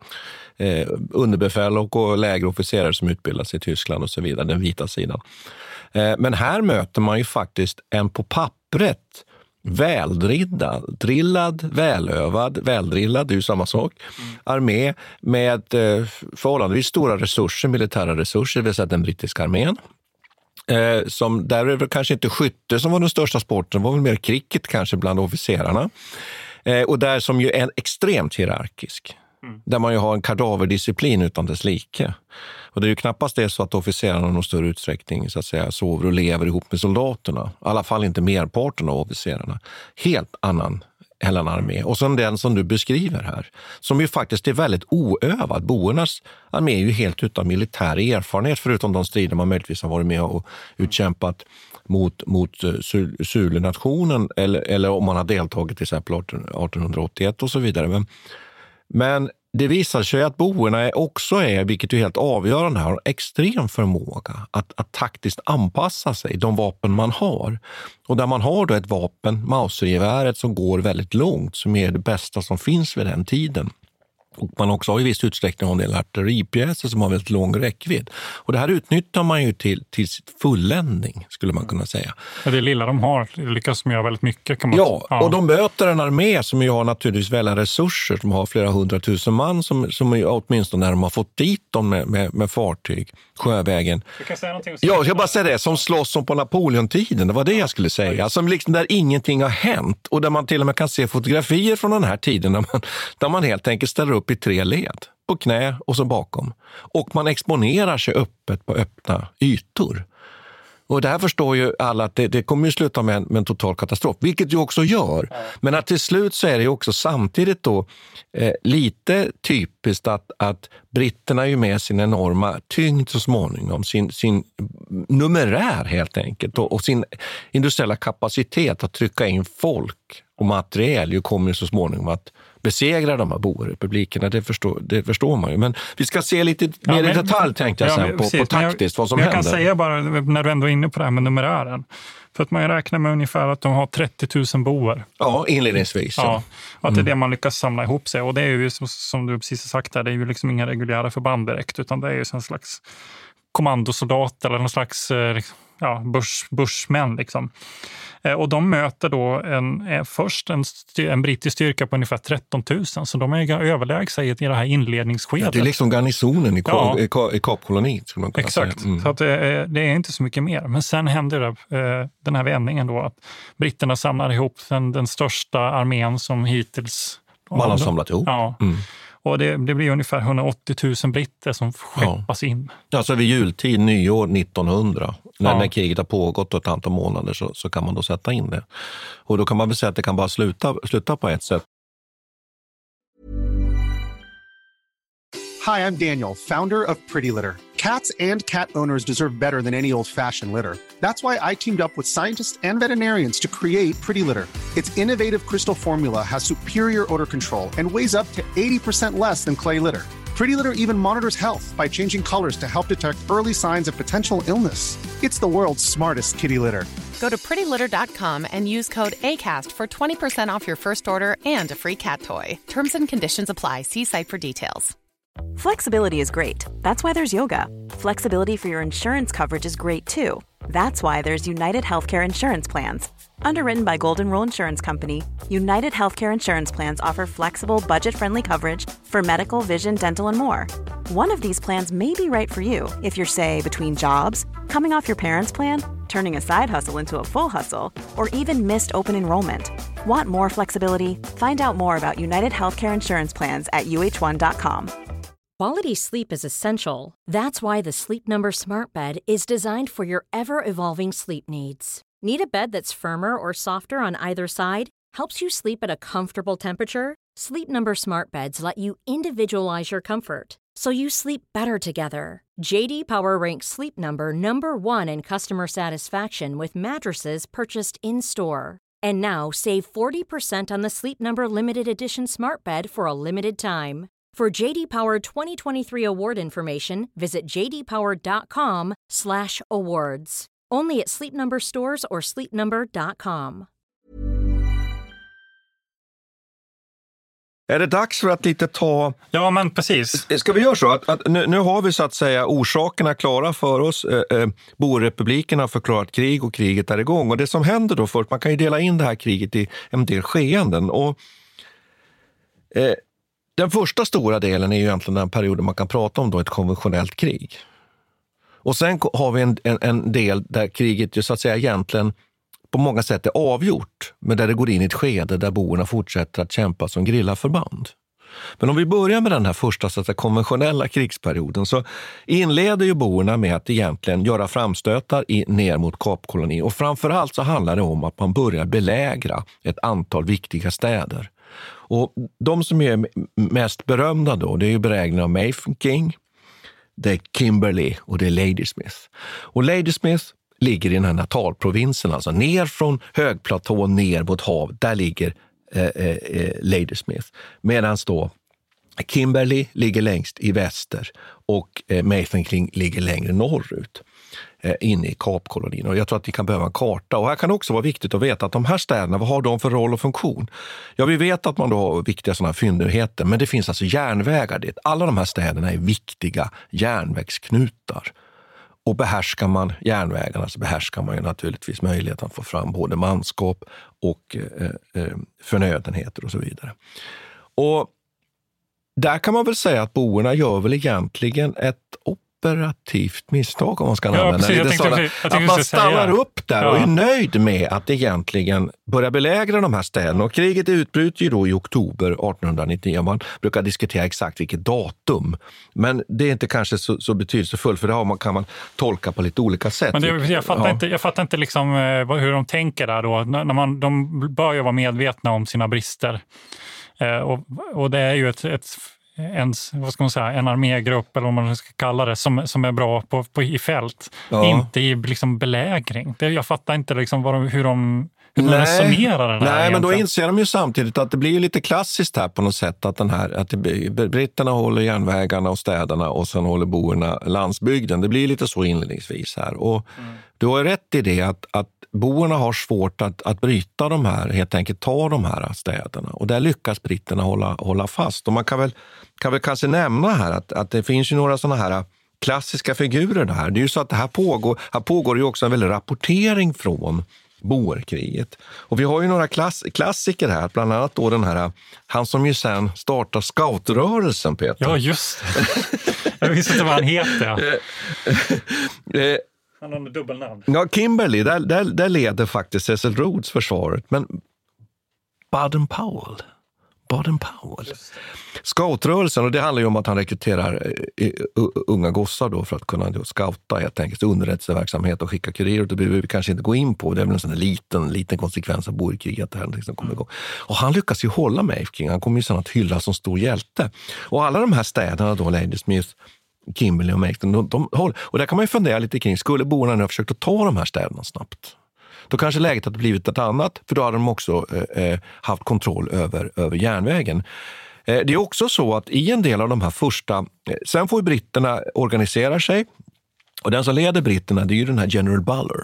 Eh, underbefäl och, och lägre officerare som utbildas i Tyskland och så vidare, den vita sidan. Eh, men här möter man ju faktiskt en på pappret väldrillad, drillad, välövad, väldrillad, det är ju samma sak, mm. armé med eh, förhållandevis stora resurser, militära resurser, det vill säga den brittiska armén. Eh, som, där är det kanske inte skytte som var den största sporten, det var väl mer cricket kanske bland officerarna. Eh, och där som ju är extremt hierarkisk. Mm. Där man ju har en kadaverdisciplin utan dess like. Och det är ju knappast det så att officerarna i någon större utsträckning så att säga sover och lever ihop med soldaterna. I alla fall inte merparten av officerarna. Helt annan hela armé. Och sen den som du beskriver här, som ju faktiskt är väldigt oövad. Boernas armé är ju helt utan militär erfarenhet, förutom de strider man möjligtvis har varit med och utkämpat mot, mot Zulu-nationen, eller, eller om man har deltagit till exempel arton åttioett och så vidare. Men Men det visar sig att boerna också är, vilket är helt avgörande här, har extrem förmåga att, att taktiskt anpassa sig, de vapen man har. Och där man har då ett vapen, mausergeväret, som går väldigt långt, som är det bästa som finns vid den tiden. Och man också har i viss utsträckning en del artilleripjäser som har väldigt lång räckvidd. Och det här utnyttjar man ju till, till sitt fulländning, skulle man kunna säga. Ja, det lilla de har lyckas de göra väldigt mycket. Kan man... ja, ja, och de möter en armé som ju har naturligtvis väldigt resurser, som har flera hundratusen man, som, som åtminstone när de har fått dit dem med, med, med fartyg, sjövägen. Du kan säga någonting. Ja, jag ska bara säga det, som slåss som på Napoleon-tiden, det var det jag skulle säga. Ja, som liksom där ingenting har hänt, och där man till och med kan se fotografier från den här tiden där man, där man helt enkelt ställer upp i tre led, på knä och så bakom. Och man exponerar sig öppet på öppna ytor. Och det här förstår ju alla att det, det kommer ju sluta med en, med en total katastrof, vilket ju också gör. Men att till slut så är det ju också samtidigt då eh, lite typiskt att, att britterna är ju med sin enorma tyngd så småningom, sin, sin numerär helt enkelt, och, och sin industriella kapacitet att trycka in folk och materiel ju kommer så småningom att besegra de här borepublikerna, det förstår, det förstår man ju. Men vi ska se lite ja, mer men, i detalj, tänkte jag ja, sen, på, precis, på taktiskt jag, vad som jag händer. Jag kan säga bara, när du ändå är inne på det här med numerären, för att man räknar med ungefär att de har trettio tusen boer. Ja, inledningsvis. Ja, ja och att det är det man lyckas samla ihop sig. Och det är ju, som du precis har sagt här, det är ju liksom inga reguljära förband direkt, utan det är ju en slags kommandosoldat eller någon slags ja, bush, bushmän liksom. Och de möter då en, först en, en brittisk styrka på ungefär tretton tusen, så de är överlägsna i det här inledningsskedet. Ja, det är liksom garnisonen i, ja. i, i Kapkoloniet, skulle man kunna Exakt. säga. Mm. Så att det, det är inte så mycket mer. Men sen händer det, den här vändningen då, att britterna samlar ihop den, den största armén som hittills... Man har samlat ihop. Ja. Mm. Och det, det blir ungefär hundraåttio tusen britter som skeppas ja. in. Ja, så vid jultid, nyår nittonhundra, när, ja. när kriget har pågått ett antal månader, så, så kan man då sätta in det. Och då kan man väl säga att det kan bara sluta, sluta på ett sätt. Hi, I'm Daniel, founder of Pretty Litter. Cats and cat owners deserve better than any old-fashioned litter. That's why I teamed up with scientists and veterinarians to create Pretty Litter. Its innovative crystal formula has superior odor control and weighs up to eighty percent less than clay litter. Pretty Litter even monitors health by changing colors to help detect early signs of potential illness. It's the world's smartest kitty litter. Go to pretty litter dot com and use code ACAST for twenty percent off your first order and a free cat toy. Terms and conditions apply. See site for details. Flexibility is great. That's why there's yoga. Flexibility for your insurance coverage is great too. That's why there's United Healthcare Insurance Plans. Underwritten by Golden Rule Insurance Company, United Healthcare Insurance Plans offer flexible, budget-friendly coverage for medical, vision, dental, and more. One of these plans may be right for you if you're, say, between jobs, coming off your parents' plan, turning a side hustle into a full hustle, or even missed open enrollment. Want more flexibility? Find out more about United Healthcare Insurance Plans at U H one dot com. Quality sleep is essential. That's why the Sleep Number Smart Bed is designed for your ever-evolving sleep needs. Need a bed that's firmer or softer on either side? Helps you sleep at a comfortable temperature? Sleep Number Smart Beds let you individualize your comfort, so you sleep better together. J D Power ranks Sleep Number number one in customer satisfaction with mattresses purchased in-store. And now save forty percent on the Sleep Number Limited Edition Smart Bed for a limited time. For J D Power twenty twenty-three award information, visit j d power dot com slash awards. Only at Sleep Number stores or sleep number dot com. Är det dags för att lite ta... Ja, men precis. Ska vi göra så? Att, att nu, nu har vi så att säga orsakerna klara för oss. Eh, eh, Boerrepubliken har förklarat krig och kriget är igång. Och det som händer då först, man kan ju dela in det här kriget i en del skeenden. Och... Eh, Den första stora delen är ju egentligen den perioden man kan prata om då ett konventionellt krig. Och sen har vi en, en, en del där kriget ju så att säga egentligen på många sätt är avgjort. Men där det går in i ett skede där boerna fortsätter att kämpa som grillaförband. Men om vi börjar med den här första så att säga, konventionella krigsperioden så inleder ju boerna med att egentligen göra framstötar i, ner mot Kapkolonin. Och framförallt så handlar det om att man börjar belägra ett antal viktiga städer. Och de som är mest berömda då, det är ju belägringen av Mafeking, det är Kimberley och det är Ladysmith. Och Ladysmith ligger i den här Natalprovinsen, alltså ner från högplatån ner mot hav, där ligger eh, eh, Ladysmith. Medan då Kimberley ligger längst i väster och eh, Mafeking ligger längre norrut. Inne i Kapkolonin. Och jag tror att vi kan behöva en karta. Och här kan det också vara viktigt att veta att de här städerna, vad har de för roll och funktion? Ja, vi vet att man då har viktiga sådana fyndigheter, men det finns alltså järnvägar dit. Alla de här städerna är viktiga järnvägsknutar. Och behärskar man järnvägarna så behärskar man ju naturligtvis möjligheten att få fram både manskap och eh, eh, förnödenheter och så vidare. Och där kan man väl säga att boerna gör väl egentligen ett operativt misstag om man ska ja, använda precis, lite sådana. Att man stannar säga. upp där ja. och är nöjd med att egentligen börja belägra de här städerna. Och kriget utbryter ju då i oktober artonhundranittionio. Man brukar diskutera exakt vilket datum. Men det är inte kanske så, så betydelsefullt, för det har man, kan man tolka på lite olika sätt. Men det, jag fattar ja. inte, jag fattar inte liksom, hur de tänker där då. När man, de bör ju vara medvetna om sina brister. Eh, och, och det är ju ett... ett En, vad ska man säga, en armégrupp eller vad man ska kalla det som, som är bra på, på, i fält. Ja. Inte i liksom belägring. Det, jag fattar inte liksom vad de, hur de, hur de resonerar den här. Nej, egentligen. Men då inser de ju samtidigt att det blir lite klassiskt här på något sätt. Att, den här, att det, britterna håller järnvägarna och städerna och sen håller boerna landsbygden. Det blir lite så inledningsvis här. Och mm. du har rätt i det att, att boerna har svårt att, att bryta de här, helt enkelt ta de här städerna. Och där lyckas britterna hålla, hålla fast. Och man kan väl, kan väl kanske nämna här att, att det finns ju några sådana här klassiska figurer där. Det är ju så att det här pågår, här pågår ju också en väldig rapportering från boerkriget. Och vi har ju några klass, klassiker här, bland annat då den här, han som ju sen startar scoutrörelsen, Peter. Ja, just det. Jag visste inte vad han heter. Han har en dubbelnamn. Ja, Kimberley, där, där, där leder faktiskt Cecil Rhodes försvaret. Men Baden-Powell, Baden-Powell. Scoutrörelsen, och det handlar ju om att han rekryterar unga gossar då för att kunna då scouta helt enkelt underrättelseverksamhet och skicka kurirer. Det behöver vi kanske inte gå in på. Det är väl en sån här liten, liten konsekvens av boerkriget här liksom kommer igång. Och han lyckas ju hålla Mafeking. Han kommer ju sedan att hylla som stor hjälte. Och alla de här städerna då, Ladysmith, Kimberley och Macon. De, de, och där kan man ju fundera lite kring, skulle borna nu ha försökt att ta de här städerna snabbt? Då kanske läget hade blivit ett annat, för då hade de också eh, haft kontroll över, över järnvägen. Eh, det är också så att i en del av de här första, eh, sen får ju britterna organisera sig, och den som leder britterna, det är ju den här General Buller.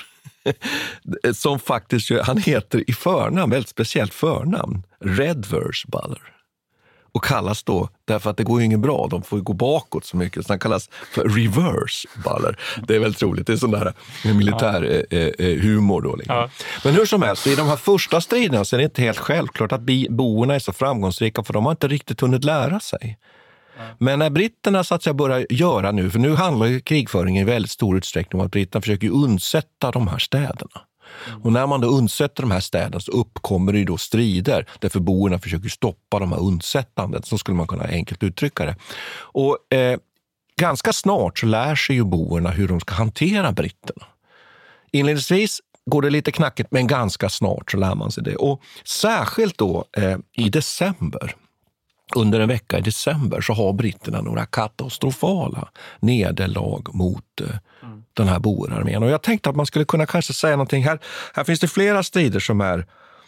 Som faktiskt, han heter i förnamn, väldigt speciellt förnamn, Redvers Buller. Och kallas då, därför att det går ju inget bra, de får ju gå bakåt så mycket, så han kallas för Reverse Buller. Det är väldigt roligt, det är sån där militär ja. eh, eh, humor då. Liksom. Ja. Men hur som helst, i de här första striderna så är det inte helt självklart att boerna är så framgångsrika, för de har inte riktigt hunnit lära sig. Ja. Men när britterna så att säga börjar göra nu, för nu handlar ju krigföringen i väldigt stor utsträckning om att britterna försöker ju undsätta de här städerna. Mm. Och när man då undsätter de här städerna så uppkommer det ju då strider, därför boerna försöker stoppa de här undsättandet, så skulle man kunna enkelt uttrycka det. Och eh, ganska snart så lär sig ju boerna hur de ska hantera britterna. Inledningsvis går det lite knackigt, men ganska snart så lär man sig det. Och särskilt då eh, i december, under en vecka i december, så har britterna några katastrofala nederlag mot eh, mm. den här boerarmén. Och jag tänkte att man skulle kunna kanske säga någonting här. Här finns det flera strider som är,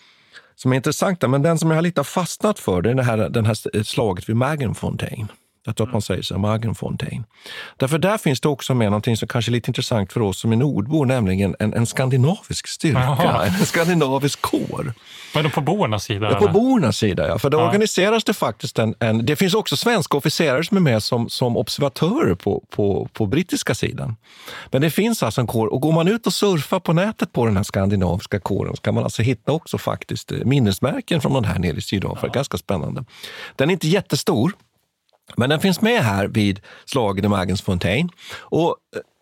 som är intressanta, men den som jag har lite fastnat för, det är det här, den här slaget vid Magenfontein. Jag tror att man säger så, Magenfontein. Därför där finns det också med någonting som kanske är lite intressant för oss som är nordbor, nämligen en, en skandinavisk styrka, Aha. en skandinavisk kår. Men på bornas sida? Ja, på bornas sida, ja. För då ja. organiseras det faktiskt en, en... Det finns också svenska officerare som är med som, som observatörer på, på, på brittiska sidan. Men det finns alltså en kår, och går man ut och surfar på nätet på den här skandinaviska kåren så kan man alltså hitta också faktiskt minnesmärken från den här nere i Sydafrika. Ja. Ganska spännande. Den är inte jättestor, men den finns med här vid slaget i Magenfontein. Och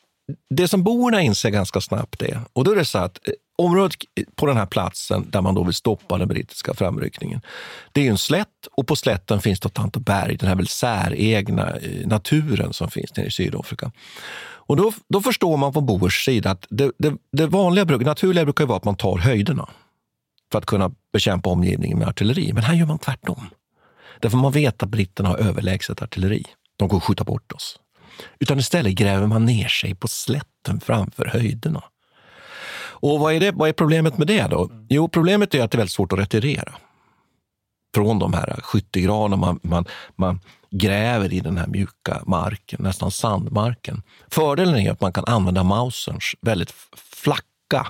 det som borna inser ganska snabbt är, och då är det så att området på den här platsen där man då vill stoppa den brittiska framryckningen, det är ju en slätt, och på slätten finns det ett antal berg, den här väl säregna naturen som finns nere i Sydafrika. Och då, då förstår man på boers sida att det, det, det vanliga, naturliga brukar ju vara att man tar höjderna för att kunna bekämpa omgivningen med artilleri, men här gör man tvärtom. Därför man vet att britterna har överlägset artilleri. De går att skjuta bort oss. Utan istället gräver man ner sig på slätten framför höjderna. Och vad är, det, vad är problemet med det då? Jo, problemet är att det är väldigt svårt att retirera. Från de här skyttegraderna man, man, man gräver i den här mjuka marken, nästan sandmarken. Fördelen är att man kan använda Mauserns väldigt flacka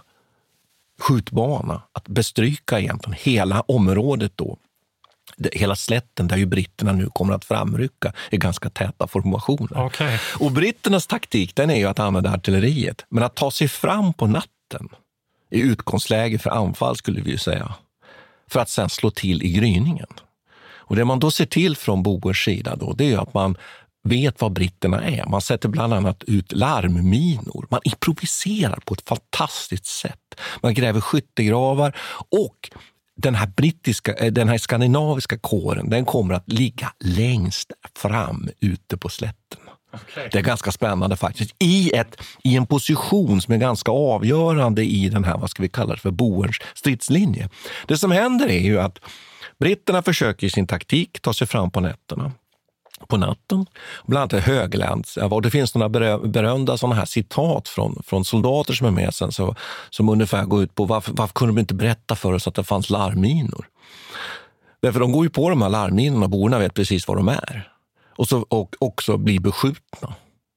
skjutbana att bestryka egentligen hela området då. Hela slätten där ju britterna nu kommer att framrycka är ganska täta formationer. Okay. Och britternas taktik, den är ju att använda artilleriet. Men att ta sig fram på natten i utgångsläge för anfall, skulle vi ju säga. För att sen slå till i gryningen. Och det man då ser till från boers sida då, det är ju att man vet vad britterna är. Man sätter bland annat ut larmminor. Man improviserar på ett fantastiskt sätt. Man gräver skyttegravar, och den här brittiska, den här skandinaviska kåren, den kommer att ligga längst fram ute på slätten. Okay. Det är ganska spännande faktiskt. I, ett, I en position som är ganska avgörande i den här, vad ska vi kalla det för, boerns stridslinje. Det som händer är ju att britterna försöker i sin taktik ta sig fram på nätterna. På natten, bland annat Höglands. Och det finns några berömda sådana här citat från, från soldater som är med sen, så, som ungefär går ut på varför, varför kunde de inte berätta för oss att det fanns larmminor? Därför de går ju på de här larmminorna, borna vet precis vad de är. Och, så, och också blir beskjutna.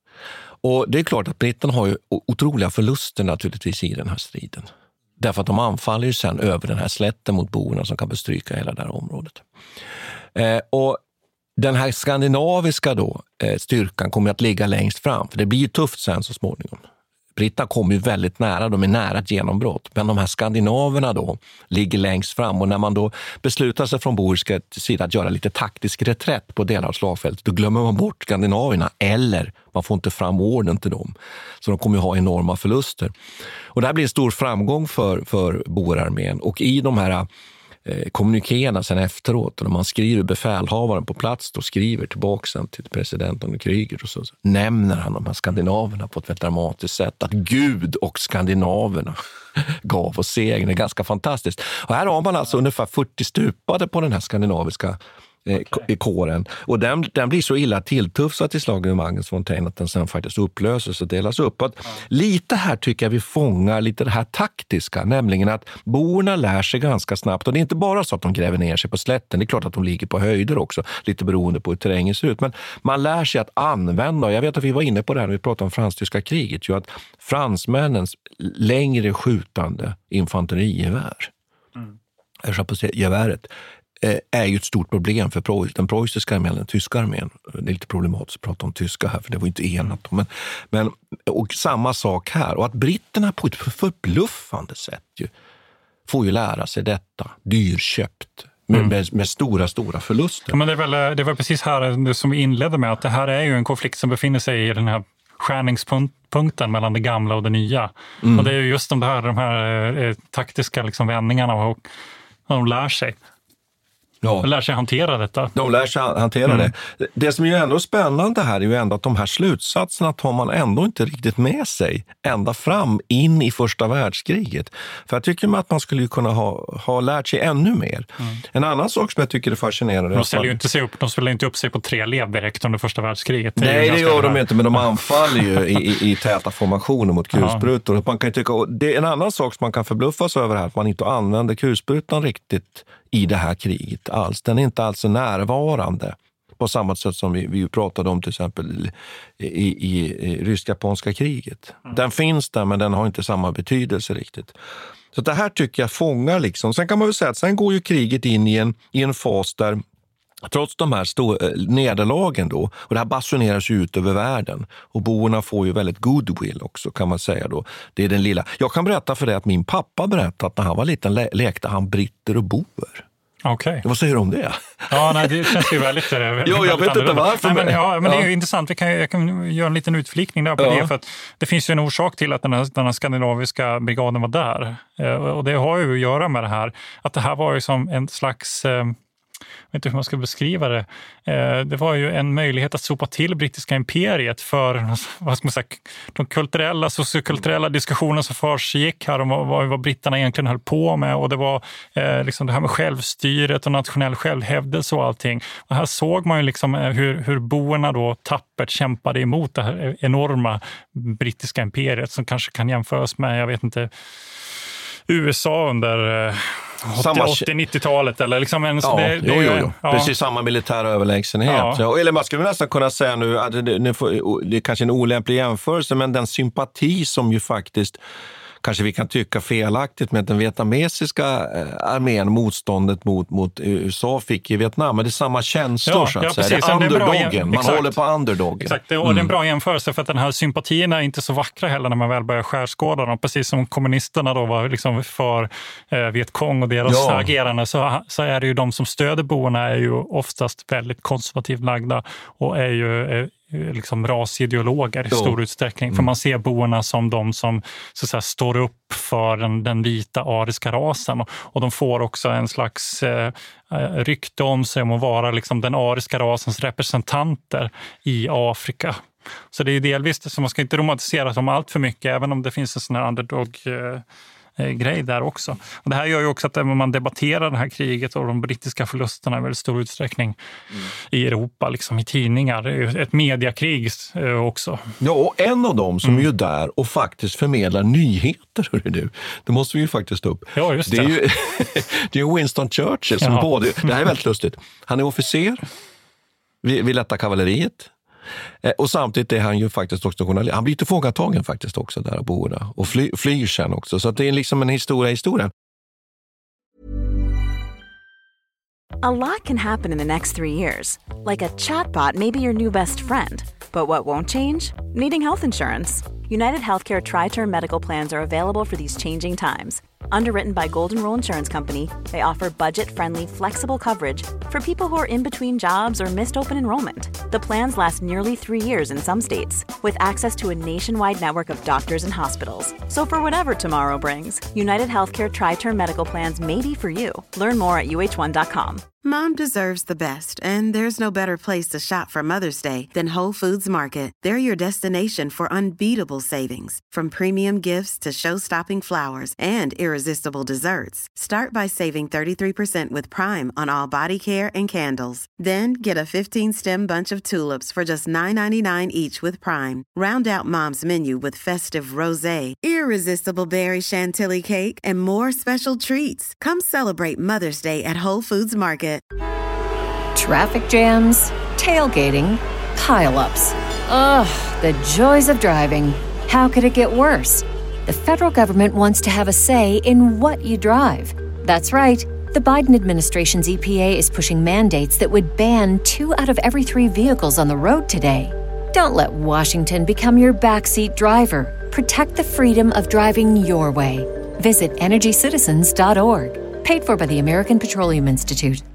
Och det är klart att britterna har ju otroliga förluster naturligtvis i den här striden. Därför att de anfaller ju sen över den här slätten mot borna som kan bestryka hela det här området. Eh, och den här skandinaviska då, eh, styrkan kommer att ligga längst fram. För det blir ju tufft sen så småningom. Britterna kommer ju väldigt nära, de är nära ett genombrott. Men de här skandinaverna då ligger längst fram. Och när man då beslutar sig från boerska sida att göra lite taktisk reträtt på delar av slagfältet, då glömmer man bort skandinaverna, eller man får inte fram orden till dem. Så de kommer ju ha enorma förluster. Och det här blir en stor framgång för, för boerarmén. Och i de här kommunikerna sen efteråt, och när man skriver befälhavaren på plats då skriver tillbaka sen till presidenten och kriget, och så, så nämner han de här skandinaverna på ett väldigt dramatiskt sätt, att Gud och skandinaverna gav oss segern. Det är ganska fantastiskt. Och här har man alltså ungefär fyrtio stupade på den här skandinaviska okay. i kåren. Och den, den blir så illa tilltufsad till slaget i Magnusfontein att den sen faktiskt upplöses och delas upp. Att ja. Lite här tycker jag vi fångar lite det här taktiska, nämligen att borna lär sig ganska snabbt. Och det är inte bara så att de gräver ner sig på slätten, det är klart att de ligger på höjder också, lite beroende på hur terrängen ser ut. Men man lär sig att använda, och jag vet att vi var inne på det här när vi pratade om fransk-tyska kriget, ju att fransmännens längre skjutande infanterigevär, mm. geväret, är ju ett stort problem för den preussiska armén, den tyska armén. Det är lite problematiskt att prata om tyska här, för det var inte enat. Men, men, och samma sak här. Och att britterna på ett förbluffande sätt ju, får ju lära sig detta. Dyrköpt. Med, mm. med, med stora, stora förluster. Ja, men det är väl, det var precis här som vi inledde med, att det här är ju en konflikt som befinner sig i den här skärningspunkten mellan det gamla och det nya. Mm. Och det är ju just de här, de här eh, taktiska liksom vändningarna och, och de lär sig. Ja. De lär sig hantera detta. De lär sig hantera mm. det. Det som är ändå spännande här är ju ändå att de här slutsatserna tar man ändå inte riktigt med sig ända fram in i första världskriget. För jag tycker att man skulle kunna ha, ha lärt sig ännu mer. Mm. En annan sak som jag tycker är fascinerande. De ställer ju inte, sig upp, de ställer inte upp sig på tre lev direkt under första världskriget. Det Nej, det gör de inte, men de anfaller ju i, i, i täta formationer mot kulsprutor. Man kan tycka, och det är en annan sak som man kan förbluffas över här, att man inte använder kulsprutan riktigt i det här kriget alls. Den är inte alls närvarande på samma sätt som vi, vi pratade om till exempel i, i, i rysk-japanska kriget. Mm. Den finns där, men den har inte samma betydelse riktigt. Så det här tycker jag fångar liksom. Sen kan man väl säga att sen går ju kriget in i en, i en fas där trots de här stor, nederlagen då, och det här basuneras ut över världen, och boerna får ju väldigt goodwill också, kan man säga då. Det är den lilla. Jag kan berätta för dig att min pappa berättade att när han var liten le- lekte han britter och boer. Okej. Vad säger du om det? Ja, nej, det känns ju väldigt... väldigt jo, jag vet inte varför. Nej, men, ja, men ja. Det är ju intressant. Vi kan, jag kan göra en liten utflikning där på ja. det. För att det finns ju en orsak till att den här, den här skandinaviska brigaden var där. Och det har ju att göra med det här. Att det här var ju som en slags... Jag vet inte hur man ska beskriva det. Det var ju en möjlighet att sopa till brittiska imperiet för vad ska man säga, de kulturella, sociokulturella diskussioner som förs gick här om vad, vad britterna egentligen höll på med, och det var eh, liksom det här med självstyret och nationell självhävdelse och allting. Och här såg man ju liksom hur, hur boerna då tappert kämpade emot det här enorma brittiska imperiet som kanske kan jämföras med, jag vet inte, U S A under... Eh, åttio-nittiotalet eller liksom en... Ja, det, jo, jo, jo. Ja. Precis samma militära överlägsenhet. Ja. Ja, eller man skulle nästan kunna säga nu att det, det, det är kanske en olämplig jämförelse, men den sympati som ju faktiskt kanske vi kan tycka felaktigt med den vietnamesiska armén, motståndet mot, mot U S A fick i Vietnam. Men det är samma känslor ja, så att ja, säga. Det är underdogen. Man håller på underdogen. Exakt, och mm. det är en bra jämförelse för att den här sympatierna är inte så vackra heller när man väl börjar skärskåda dem. Precis som kommunisterna då var liksom för eh, Vietkong och deras ja. agerande, så, så är det ju de som stöder boerna är ju oftast väldigt konservativt lagda och är ju eh, liksom rasideologer i jo. stor utsträckning. Mm. För man ser boerna som de som så att säga, står upp för den, den vita ariska rasen. Och, och de får också en slags eh, rykte om sig om att vara liksom, den ariska rasens representanter i Afrika. Så det är delvis så man ska inte romantisera dem allt för mycket, även om det finns en sån här underdog eh, grej där också. Och det här gör ju också att man debatterar det här kriget och de brittiska förlusterna i väldigt stor utsträckning mm. i Europa, liksom i tidningar. Det är ju ett mediakrig också. Ja, och en av dem som mm. är ju där och faktiskt förmedlar nyheter, hörru du. Det måste vi ju faktiskt ta upp. Ja, just det. Det är ju det är Winston Churchill som ja. både, det här är väldigt lustigt. Han är officer vid, vid lätta kavalleriet. Och samtidigt är han ju faktiskt också journalist. Han blir tillfångatagen faktiskt också där av boerna och fly, flyr sen också. Så att det är liksom en historia i historien. A lot can happen in the next three years. Like a chatbot may be your new best friend. But what won't change? Needing health insurance. United Healthcare Tri-Term Medical Plans are available for these changing times. Underwritten by Golden Rule Insurance Company, they offer budget-friendly, flexible coverage for people who are in between jobs or missed open enrollment. The plans last nearly three years in some states, with access to a nationwide network of doctors and hospitals. So for whatever tomorrow brings, United Healthcare Tri-Term Medical Plans may be for you. Learn more at U H one dot com. Mom deserves the best, and there's no better place to shop for Mother's Day than Whole Foods Market. They're your destination for unbeatable savings, from premium gifts to show-stopping flowers and irresistible desserts. Start by saving thirty-three percent with Prime on all body care and candles. Then get a fifteen-stem bunch of tulips for just nine ninety-nine each with Prime. Round out Mom's menu with festive rosé, irresistible berry chantilly cake, and more special treats. Come celebrate Mother's Day at Whole Foods Market. Traffic jams, tailgating, pile-ups. Ugh, the joys of driving. How could it get worse? The federal government wants to have a say in what you drive. That's right. The Biden administration's E P A is pushing mandates that would ban two out of every three vehicles on the road today. Don't let Washington become your backseat driver. Protect the freedom of driving your way. Visit energy citizens dot org. Paid for by the American Petroleum Institute.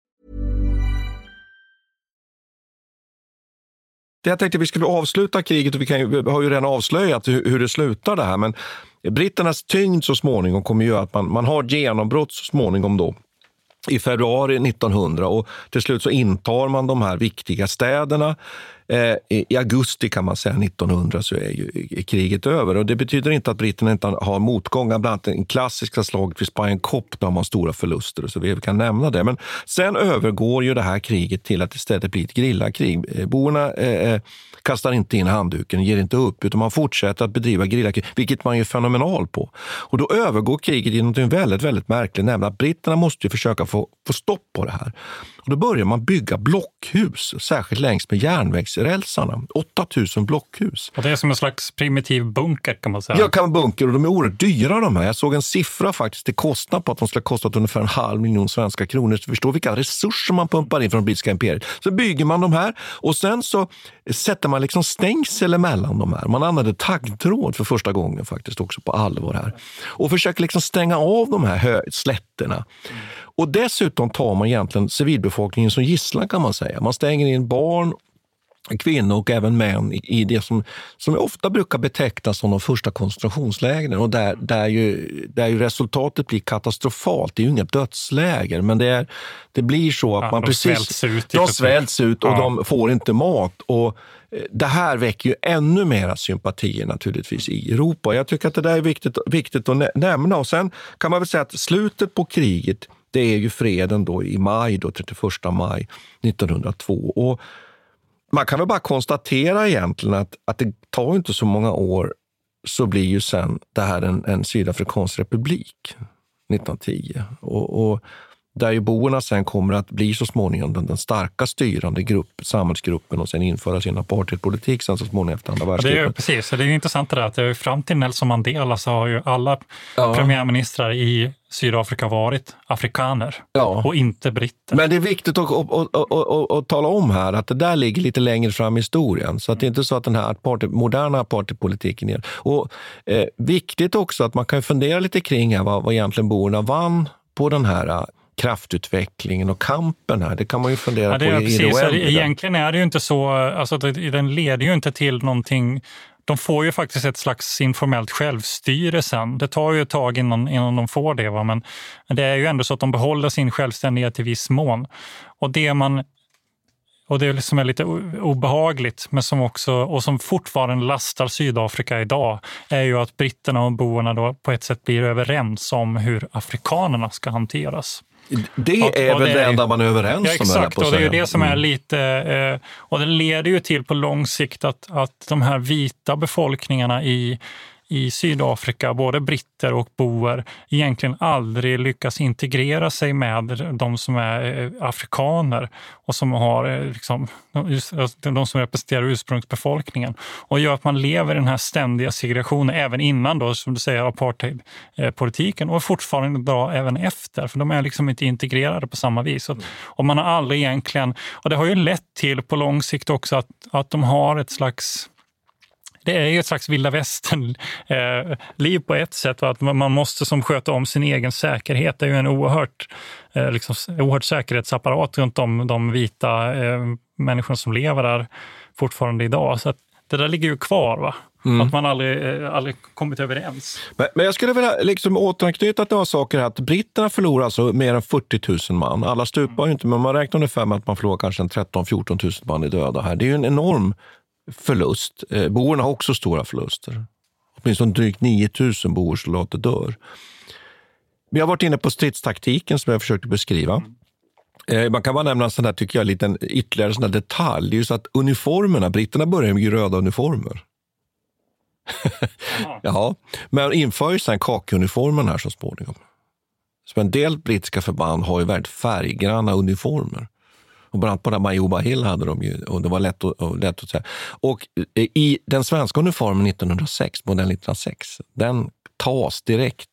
Jag tänkte vi skulle avsluta kriget och vi, kan ju, vi har ju redan avslöjat hur, hur det slutar det här. Men britternas tyngd så småningom kommer ju att man, man har genombrott så småningom då. I februari nittonhundra och till slut så intar man de här viktiga städerna. Eh, I augusti kan man säga nittonhundra så är ju är kriget över och det betyder inte att britterna inte har motgångar, bland annat en klassiska slaget vid Spion Kop där man har stora förluster och så vi kan nämna det. Men sen övergår ju det här kriget till att istället bli ett grillakrig. Boerna eh, kastar inte in handduken, ger inte upp utan man fortsätter att bedriva grillakrig, vilket man är fenomenal på. Och då övergår kriget i något väldigt, väldigt märkligt, nämligen att britterna måste ju försöka få, få stopp på det här. Och då börjar man bygga blockhus, särskilt längs med järnvägsrälsarna. åtta tusen blockhus. Och det är som en slags primitiv bunker kan man säga. Ja, kan bunker och de är oerhört dyra de här. Jag såg en siffra faktiskt till kostnad på att de skulle ha kostat ungefär en halv miljon svenska kronor. Så förstår vilka resurser man pumpar in från brittiska imperiet. Så bygger man de här och sen så sätter man liksom stängsel emellan de här. Man använder taggtråd för första gången faktiskt också på allvar här. Och försöker liksom stänga av de här hö- slätterna. Och dessutom tar man egentligen civilbefolkningen som gisslan kan man säga. Man stänger in barn, kvinnor och även män i det som, som ofta brukar betecknas som de första koncentrationslägren. Och där, där, ju, där ju resultatet blir katastrofalt. Det är ju inga dödsläger men det, är, det blir så att ja, man de precis... Svälts ut, de svälts ut och ja. de får inte mat och det här väcker ju ännu mera sympatier naturligtvis i Europa. Jag tycker att det där är viktigt, viktigt att nä- nämna. Och sen kan man väl säga att slutet på kriget det är ju freden då i maj, då, trettioförsta maj nittonhundratvå. Och man kan väl bara konstatera egentligen att, att det tar inte så många år så blir ju sen det här en, en sydafrikansk republik nittonhundratio. Och, och där ju boerna sen kommer att bli så småningom den, den starka styrande grupp, samhällsgruppen och sen införa sin apartheidpolitik sen så småningom efter andra världskriget. Ja, det är ju precis, det är ju intressant det där att det är fram till Nelson Mandela så har ju alla ja. premiärministrar i Sydafrika varit afrikaner ja. och inte britter. Men det är viktigt att, att, att, att, att tala om här att det där ligger lite längre fram i historien så att det är inte så att den här apartheid, moderna apartheidpolitiken är. Och eh, viktigt också att man kan fundera lite kring här vad, vad egentligen boerna vann på den här kraftutvecklingen och kampen här. Det kan man ju fundera ja, det är på i precis. det Egentligen är det ju inte så, alltså den leder ju inte till någonting. De får ju faktiskt ett slags informellt självstyre sen. Det tar ju ett tag innan, innan de får det. Va? Men, men det är ju ändå så att de behåller sin självständighet i viss mån. Och det man och det som är lite obehagligt men som också, och som fortfarande lastar Sydafrika idag är ju att britterna och boerna då på ett sätt blir överens om hur afrikanerna ska hanteras. Det och, är och väl det, det enda man är överens ja, om. Exakt, och det är ju det som är mm. lite... Eh, och det leder ju till på lång sikt att, att de här vita befolkningarna i, i Sydafrika, både britter och boer, egentligen aldrig lyckas integrera sig med de som är afrikaner och som har liksom, de som representerar ursprungsbefolkningen. Och gör att man lever i den här ständiga segregationen även innan då, som du säger, apartheidpolitiken och fortfarande idag även efter. För de är liksom inte integrerade på samma vis. Och man har aldrig egentligen, och det har ju lett till på lång sikt också att, att de har ett slags... Det är ju ett slags vilda västern eh, liv på ett sätt och att man måste som sköta om sin egen säkerhet. Det är ju en oerhört, eh, liksom, oerhört säkerhetsapparat runt om de vita eh, människorna som lever där fortfarande idag. Så att det där ligger ju kvar va. Mm. Att man aldrig, aldrig kommit överens. Men, men jag skulle vilja liksom återanknyta till några saker här. Att britterna förlorar alltså mer än fyrtio tusen man. Alla stupar mm. ju inte, men man räknar ungefär med att man förlorar kanske en tretton till fjorton tusen man i döda här. Det är ju en enorm förlust. Eh, boerna har också stora förluster. Åtminstone drygt nio tusen boersoldater dör. Vi har varit inne på stridstaktiken som jag försökte beskriva. Mm. Eh, man kan bara nämna en sån här, tycker jag, liten ytterligare sån här detalj. Det är ju så att uniformerna, britterna börjar med röda uniformer. Ja, men inför ju sen kakeuniformen här så småningom. Så en del brittiska förband har ju väldigt färggranna uniformer. Och bland annat på den Majuba Hill hade de ju, och det var lätt att, och lätt att säga. Och i den svenska uniformen nittonhundrasex, modell nittonhundrasex, den tas direkt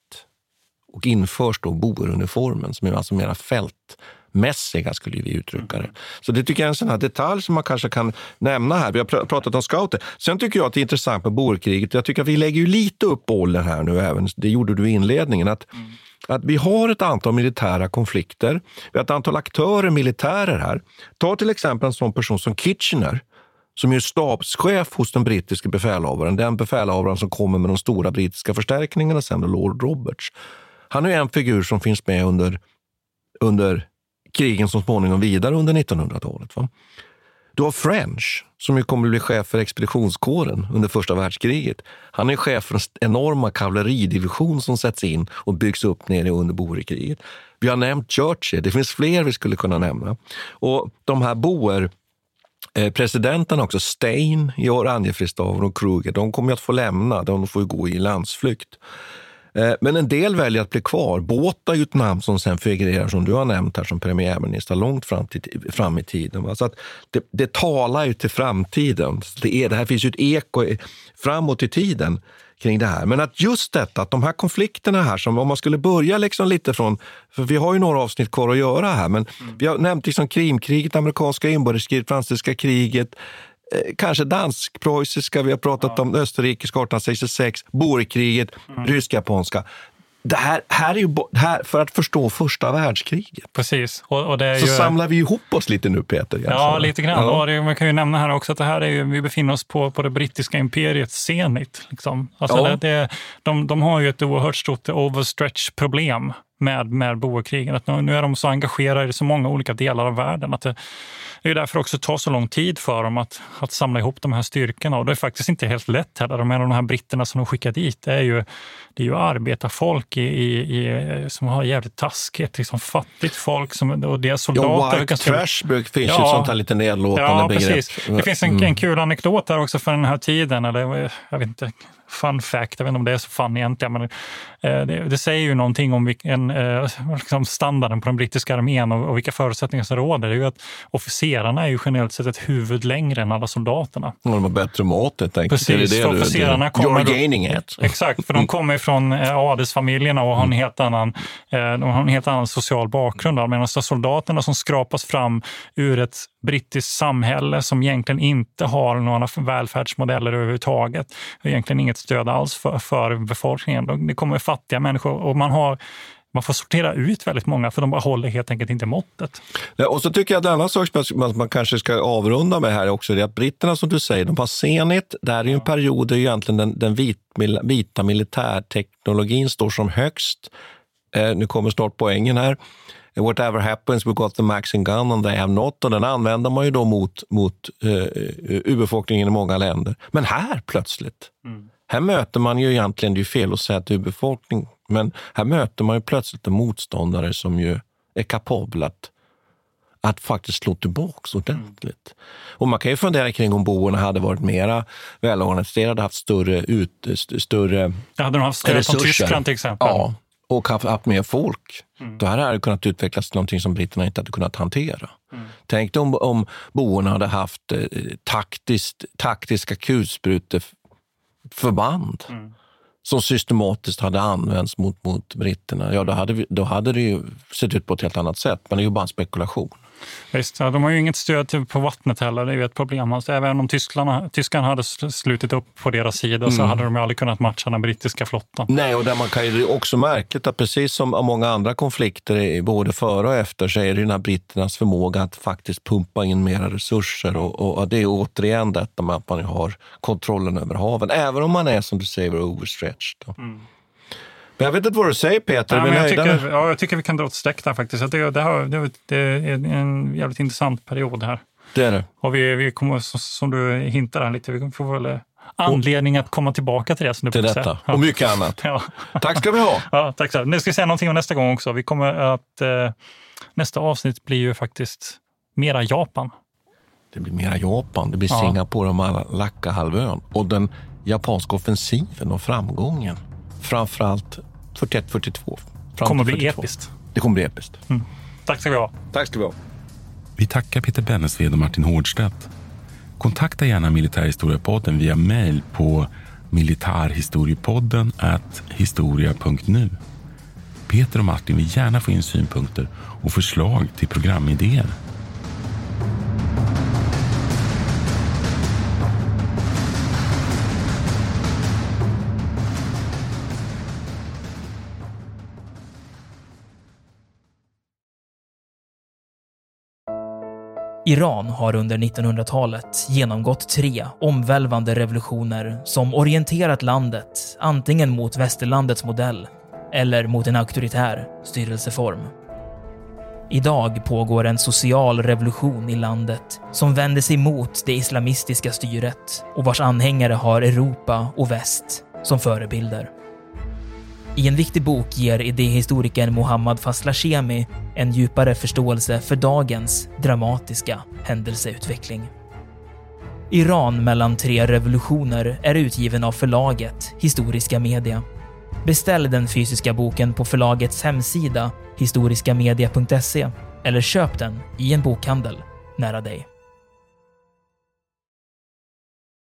och införs då boeruniformen som är alltså mera fältmässiga, skulle vi uttrycka det. Så det tycker jag är en sån här detalj som man kanske kan nämna här. Vi har pr- pratat om scouter. Sen tycker jag att det är intressant med boerkriget. Jag tycker att vi lägger ju lite upp bollen här nu, även det gjorde du i inledningen, att mm. att vi har ett antal militära konflikter. Vi har ett antal aktörer, militärer här. Ta till exempel en sån person som Kitchener, som är stabschef hos den brittiska befälhavaren. Den befälhavaren som kommer med de stora brittiska förstärkningarna sen, Lord Roberts. Han är en figur som finns med under, under krigen som småningom vidare under nittonhundratalet. Va? Du har French, som ju kommer att bli chef för expeditionskåren under första världskriget. Han är chef för en enorma kavalleridivision som sätts in och byggs upp nere under boerkriget. Vi har nämnt Churchill, det finns fler vi skulle kunna nämna. Och de här boer, eh, presidenterna också, Stein, i Oranjefristaven och Kruger, de kommer att få lämna, de får ju gå i landsflykt. Men en del väljer att bli kvar. Båta är ju ett namn som sen figurerar, som du har nämnt här, som premiärminister långt fram, till, fram i tiden. Så att det, det talar ju till framtiden. Det, är, det här finns ju ett eko framåt i tiden kring det här. Men att just detta, att de här konflikterna här, som om man skulle börja liksom lite från, för vi har ju några avsnitt kvar att göra här, men mm. vi har nämnt liksom Krimkriget, amerikanska inbördeskriget, franska kriget, kanske dansk-preussiska, vi har pratat ja. om österrikiska arton sextiosex, boerkriget, mm. rysk-japanska. Det här, här är ju här för att förstå första världskriget. Precis. Och, och det är så ju... samlar vi ihop oss lite nu, Peter. Ja, alltså. lite grann. Ja. Och det, man kan ju nämna här också att det här är ju, vi befinner oss på, på det brittiska imperiets zenit. Liksom. Alltså ja. det, det, de, de har ju ett oerhört stort overstretch-problem med, med boerkrigen. Att nu, nu är de så engagerade i så många olika delar av världen att det, det är därför också tar så lång tid för dem att, att samla ihop de här styrkorna. Och det är faktiskt inte helt lätt heller. De, de här britterna som de skickar dit, det är ju, det är ju arbetarfolk i, i, i, som har jävligt taskigt, liksom fattigt folk som, och deras soldater. Ja, white ganska, trash finns ju ja, ett sånt här lite nedlåtande ja, begrepp. Precis. Det finns en, mm. en kul anekdot där också för den här tiden. Eller, jag vet inte... fun fact, jag vet inte om det är så fun egentligen, men eh, det, det säger ju någonting om vilken, eh, liksom standarden på den brittiska armén och, och vilka förutsättningar som råder. Det är ju att officerarna är ju generellt sett ett huvud längre än alla soldaterna. Och de har bättre mat, helt enkelt. Precis, det är det officerarna du, kommer... You're gaining it. Exakt, för de kommer från eh, adelsfamiljerna och har en helt annan, eh, de har en helt annan social bakgrund. Medan soldaterna som skrapas fram ur ett brittiskt samhälle som egentligen inte har några välfärdsmodeller överhuvudtaget. Egentligen inget stöd alls för, för befolkningen. Det kommer fattiga människor och man har man får sortera ut väldigt många för de bara håller helt enkelt inte måttet. Ja, och så tycker jag att en annan sak som man, man kanske ska avrunda med här också är att britterna, som du säger, de har zenit. Det här är ju en period där egentligen den, den vit, vita militärteknologin står som högst. Eh, nu kommer snart poängen här. Whatever happens, we got the Maxim gun and they have not. Och den använder man ju då mot, mot uh, urbefolkningen i många länder. Men här plötsligt, mm. här möter man ju egentligen, det är ju fel att säga att urbefolkning, men här möter man ju plötsligt en motståndare som ju är kapabel att, att faktiskt slå tillbaka ordentligt. Mm. Och man kan ju fundera kring om boerna hade varit mera välorganiserade, haft större, ut, st- större ja, hade de haft stöd från Tyskland till exempel. Ja. Och haft, haft mer folk. Mm. Då här hade det kunnat utvecklas till någonting som britterna inte hade kunnat hantera. Mm. Tänk om, om boerna hade haft eh, taktiskt, taktiska kulspruteförband mm. som systematiskt hade använts mot, mot britterna. Ja, då hade, vi, då hade det ju sett ut på ett helt annat sätt. Men det är ju bara en spekulation. Visst, ja, de har ju inget stöd på vattnet heller, det är ju ett problem. Alltså, även om tyskarna, tyskarna hade slutit upp på deras sida mm. så hade de ju aldrig kunnat matcha den brittiska flottan. Nej, och där man kan ju också märka att precis som många andra konflikter både före och efter så är det ju den här britternas förmåga att faktiskt pumpa in mera resurser och, och det är återigen detta med att man har kontrollen över haven, även om man är som du säger overstretched. Mm. Men jag vet inte vad du säger, Peter. Ja, är vi jag, nöjda? tycker, ja, jag tycker vi kan dra ett streck där faktiskt. Det, det, har, det, det är en jävligt intressant period här. Det är det. Och vi, vi kommer, som du hintar här lite, vi får väl anledning att komma tillbaka till det. Som du till detta, ja. och mycket annat. Ja. Tack ska vi ha. Ja, tack så. Nu ska vi säga någonting om nästa gång också. Vi kommer att, eh, nästa avsnitt blir ju faktiskt mera Japan. Det blir mera Japan, det blir ja. Singapore och Malacca-halvön. Och den japanska offensiven och framgången. Framförallt fyrtioett fyrtiotvå. Det kommer bli fyrtiotvå. Episkt. Det kommer bli episkt. Mm. Tack ska vi ha. Tack ska vi ha. Vi tackar Peter Bennesved och Martin Hårdstedt. Kontakta gärna Militärhistoriepodden via mejl på militarhistoriepodden at historia punkt nu. Peter och Martin vill gärna få in synpunkter och förslag till programidéer. Iran har under nittonhundratalet genomgått tre omvälvande revolutioner som orienterat landet antingen mot västerlandets modell eller mot en auktoritär styrelseform. Idag pågår en social revolution i landet som vänder sig mot det islamistiska styret och vars anhängare har Europa och väst som förebilder. I en viktig bok ger idéhistorikern Mohammad Faslashemi en djupare förståelse för dagens dramatiska händelseutveckling. Iran mellan tre revolutioner är utgiven av förlaget Historiska Media. Beställ den fysiska boken på förlagets hemsida historiskamedia punkt se eller köp den i en bokhandel nära dig.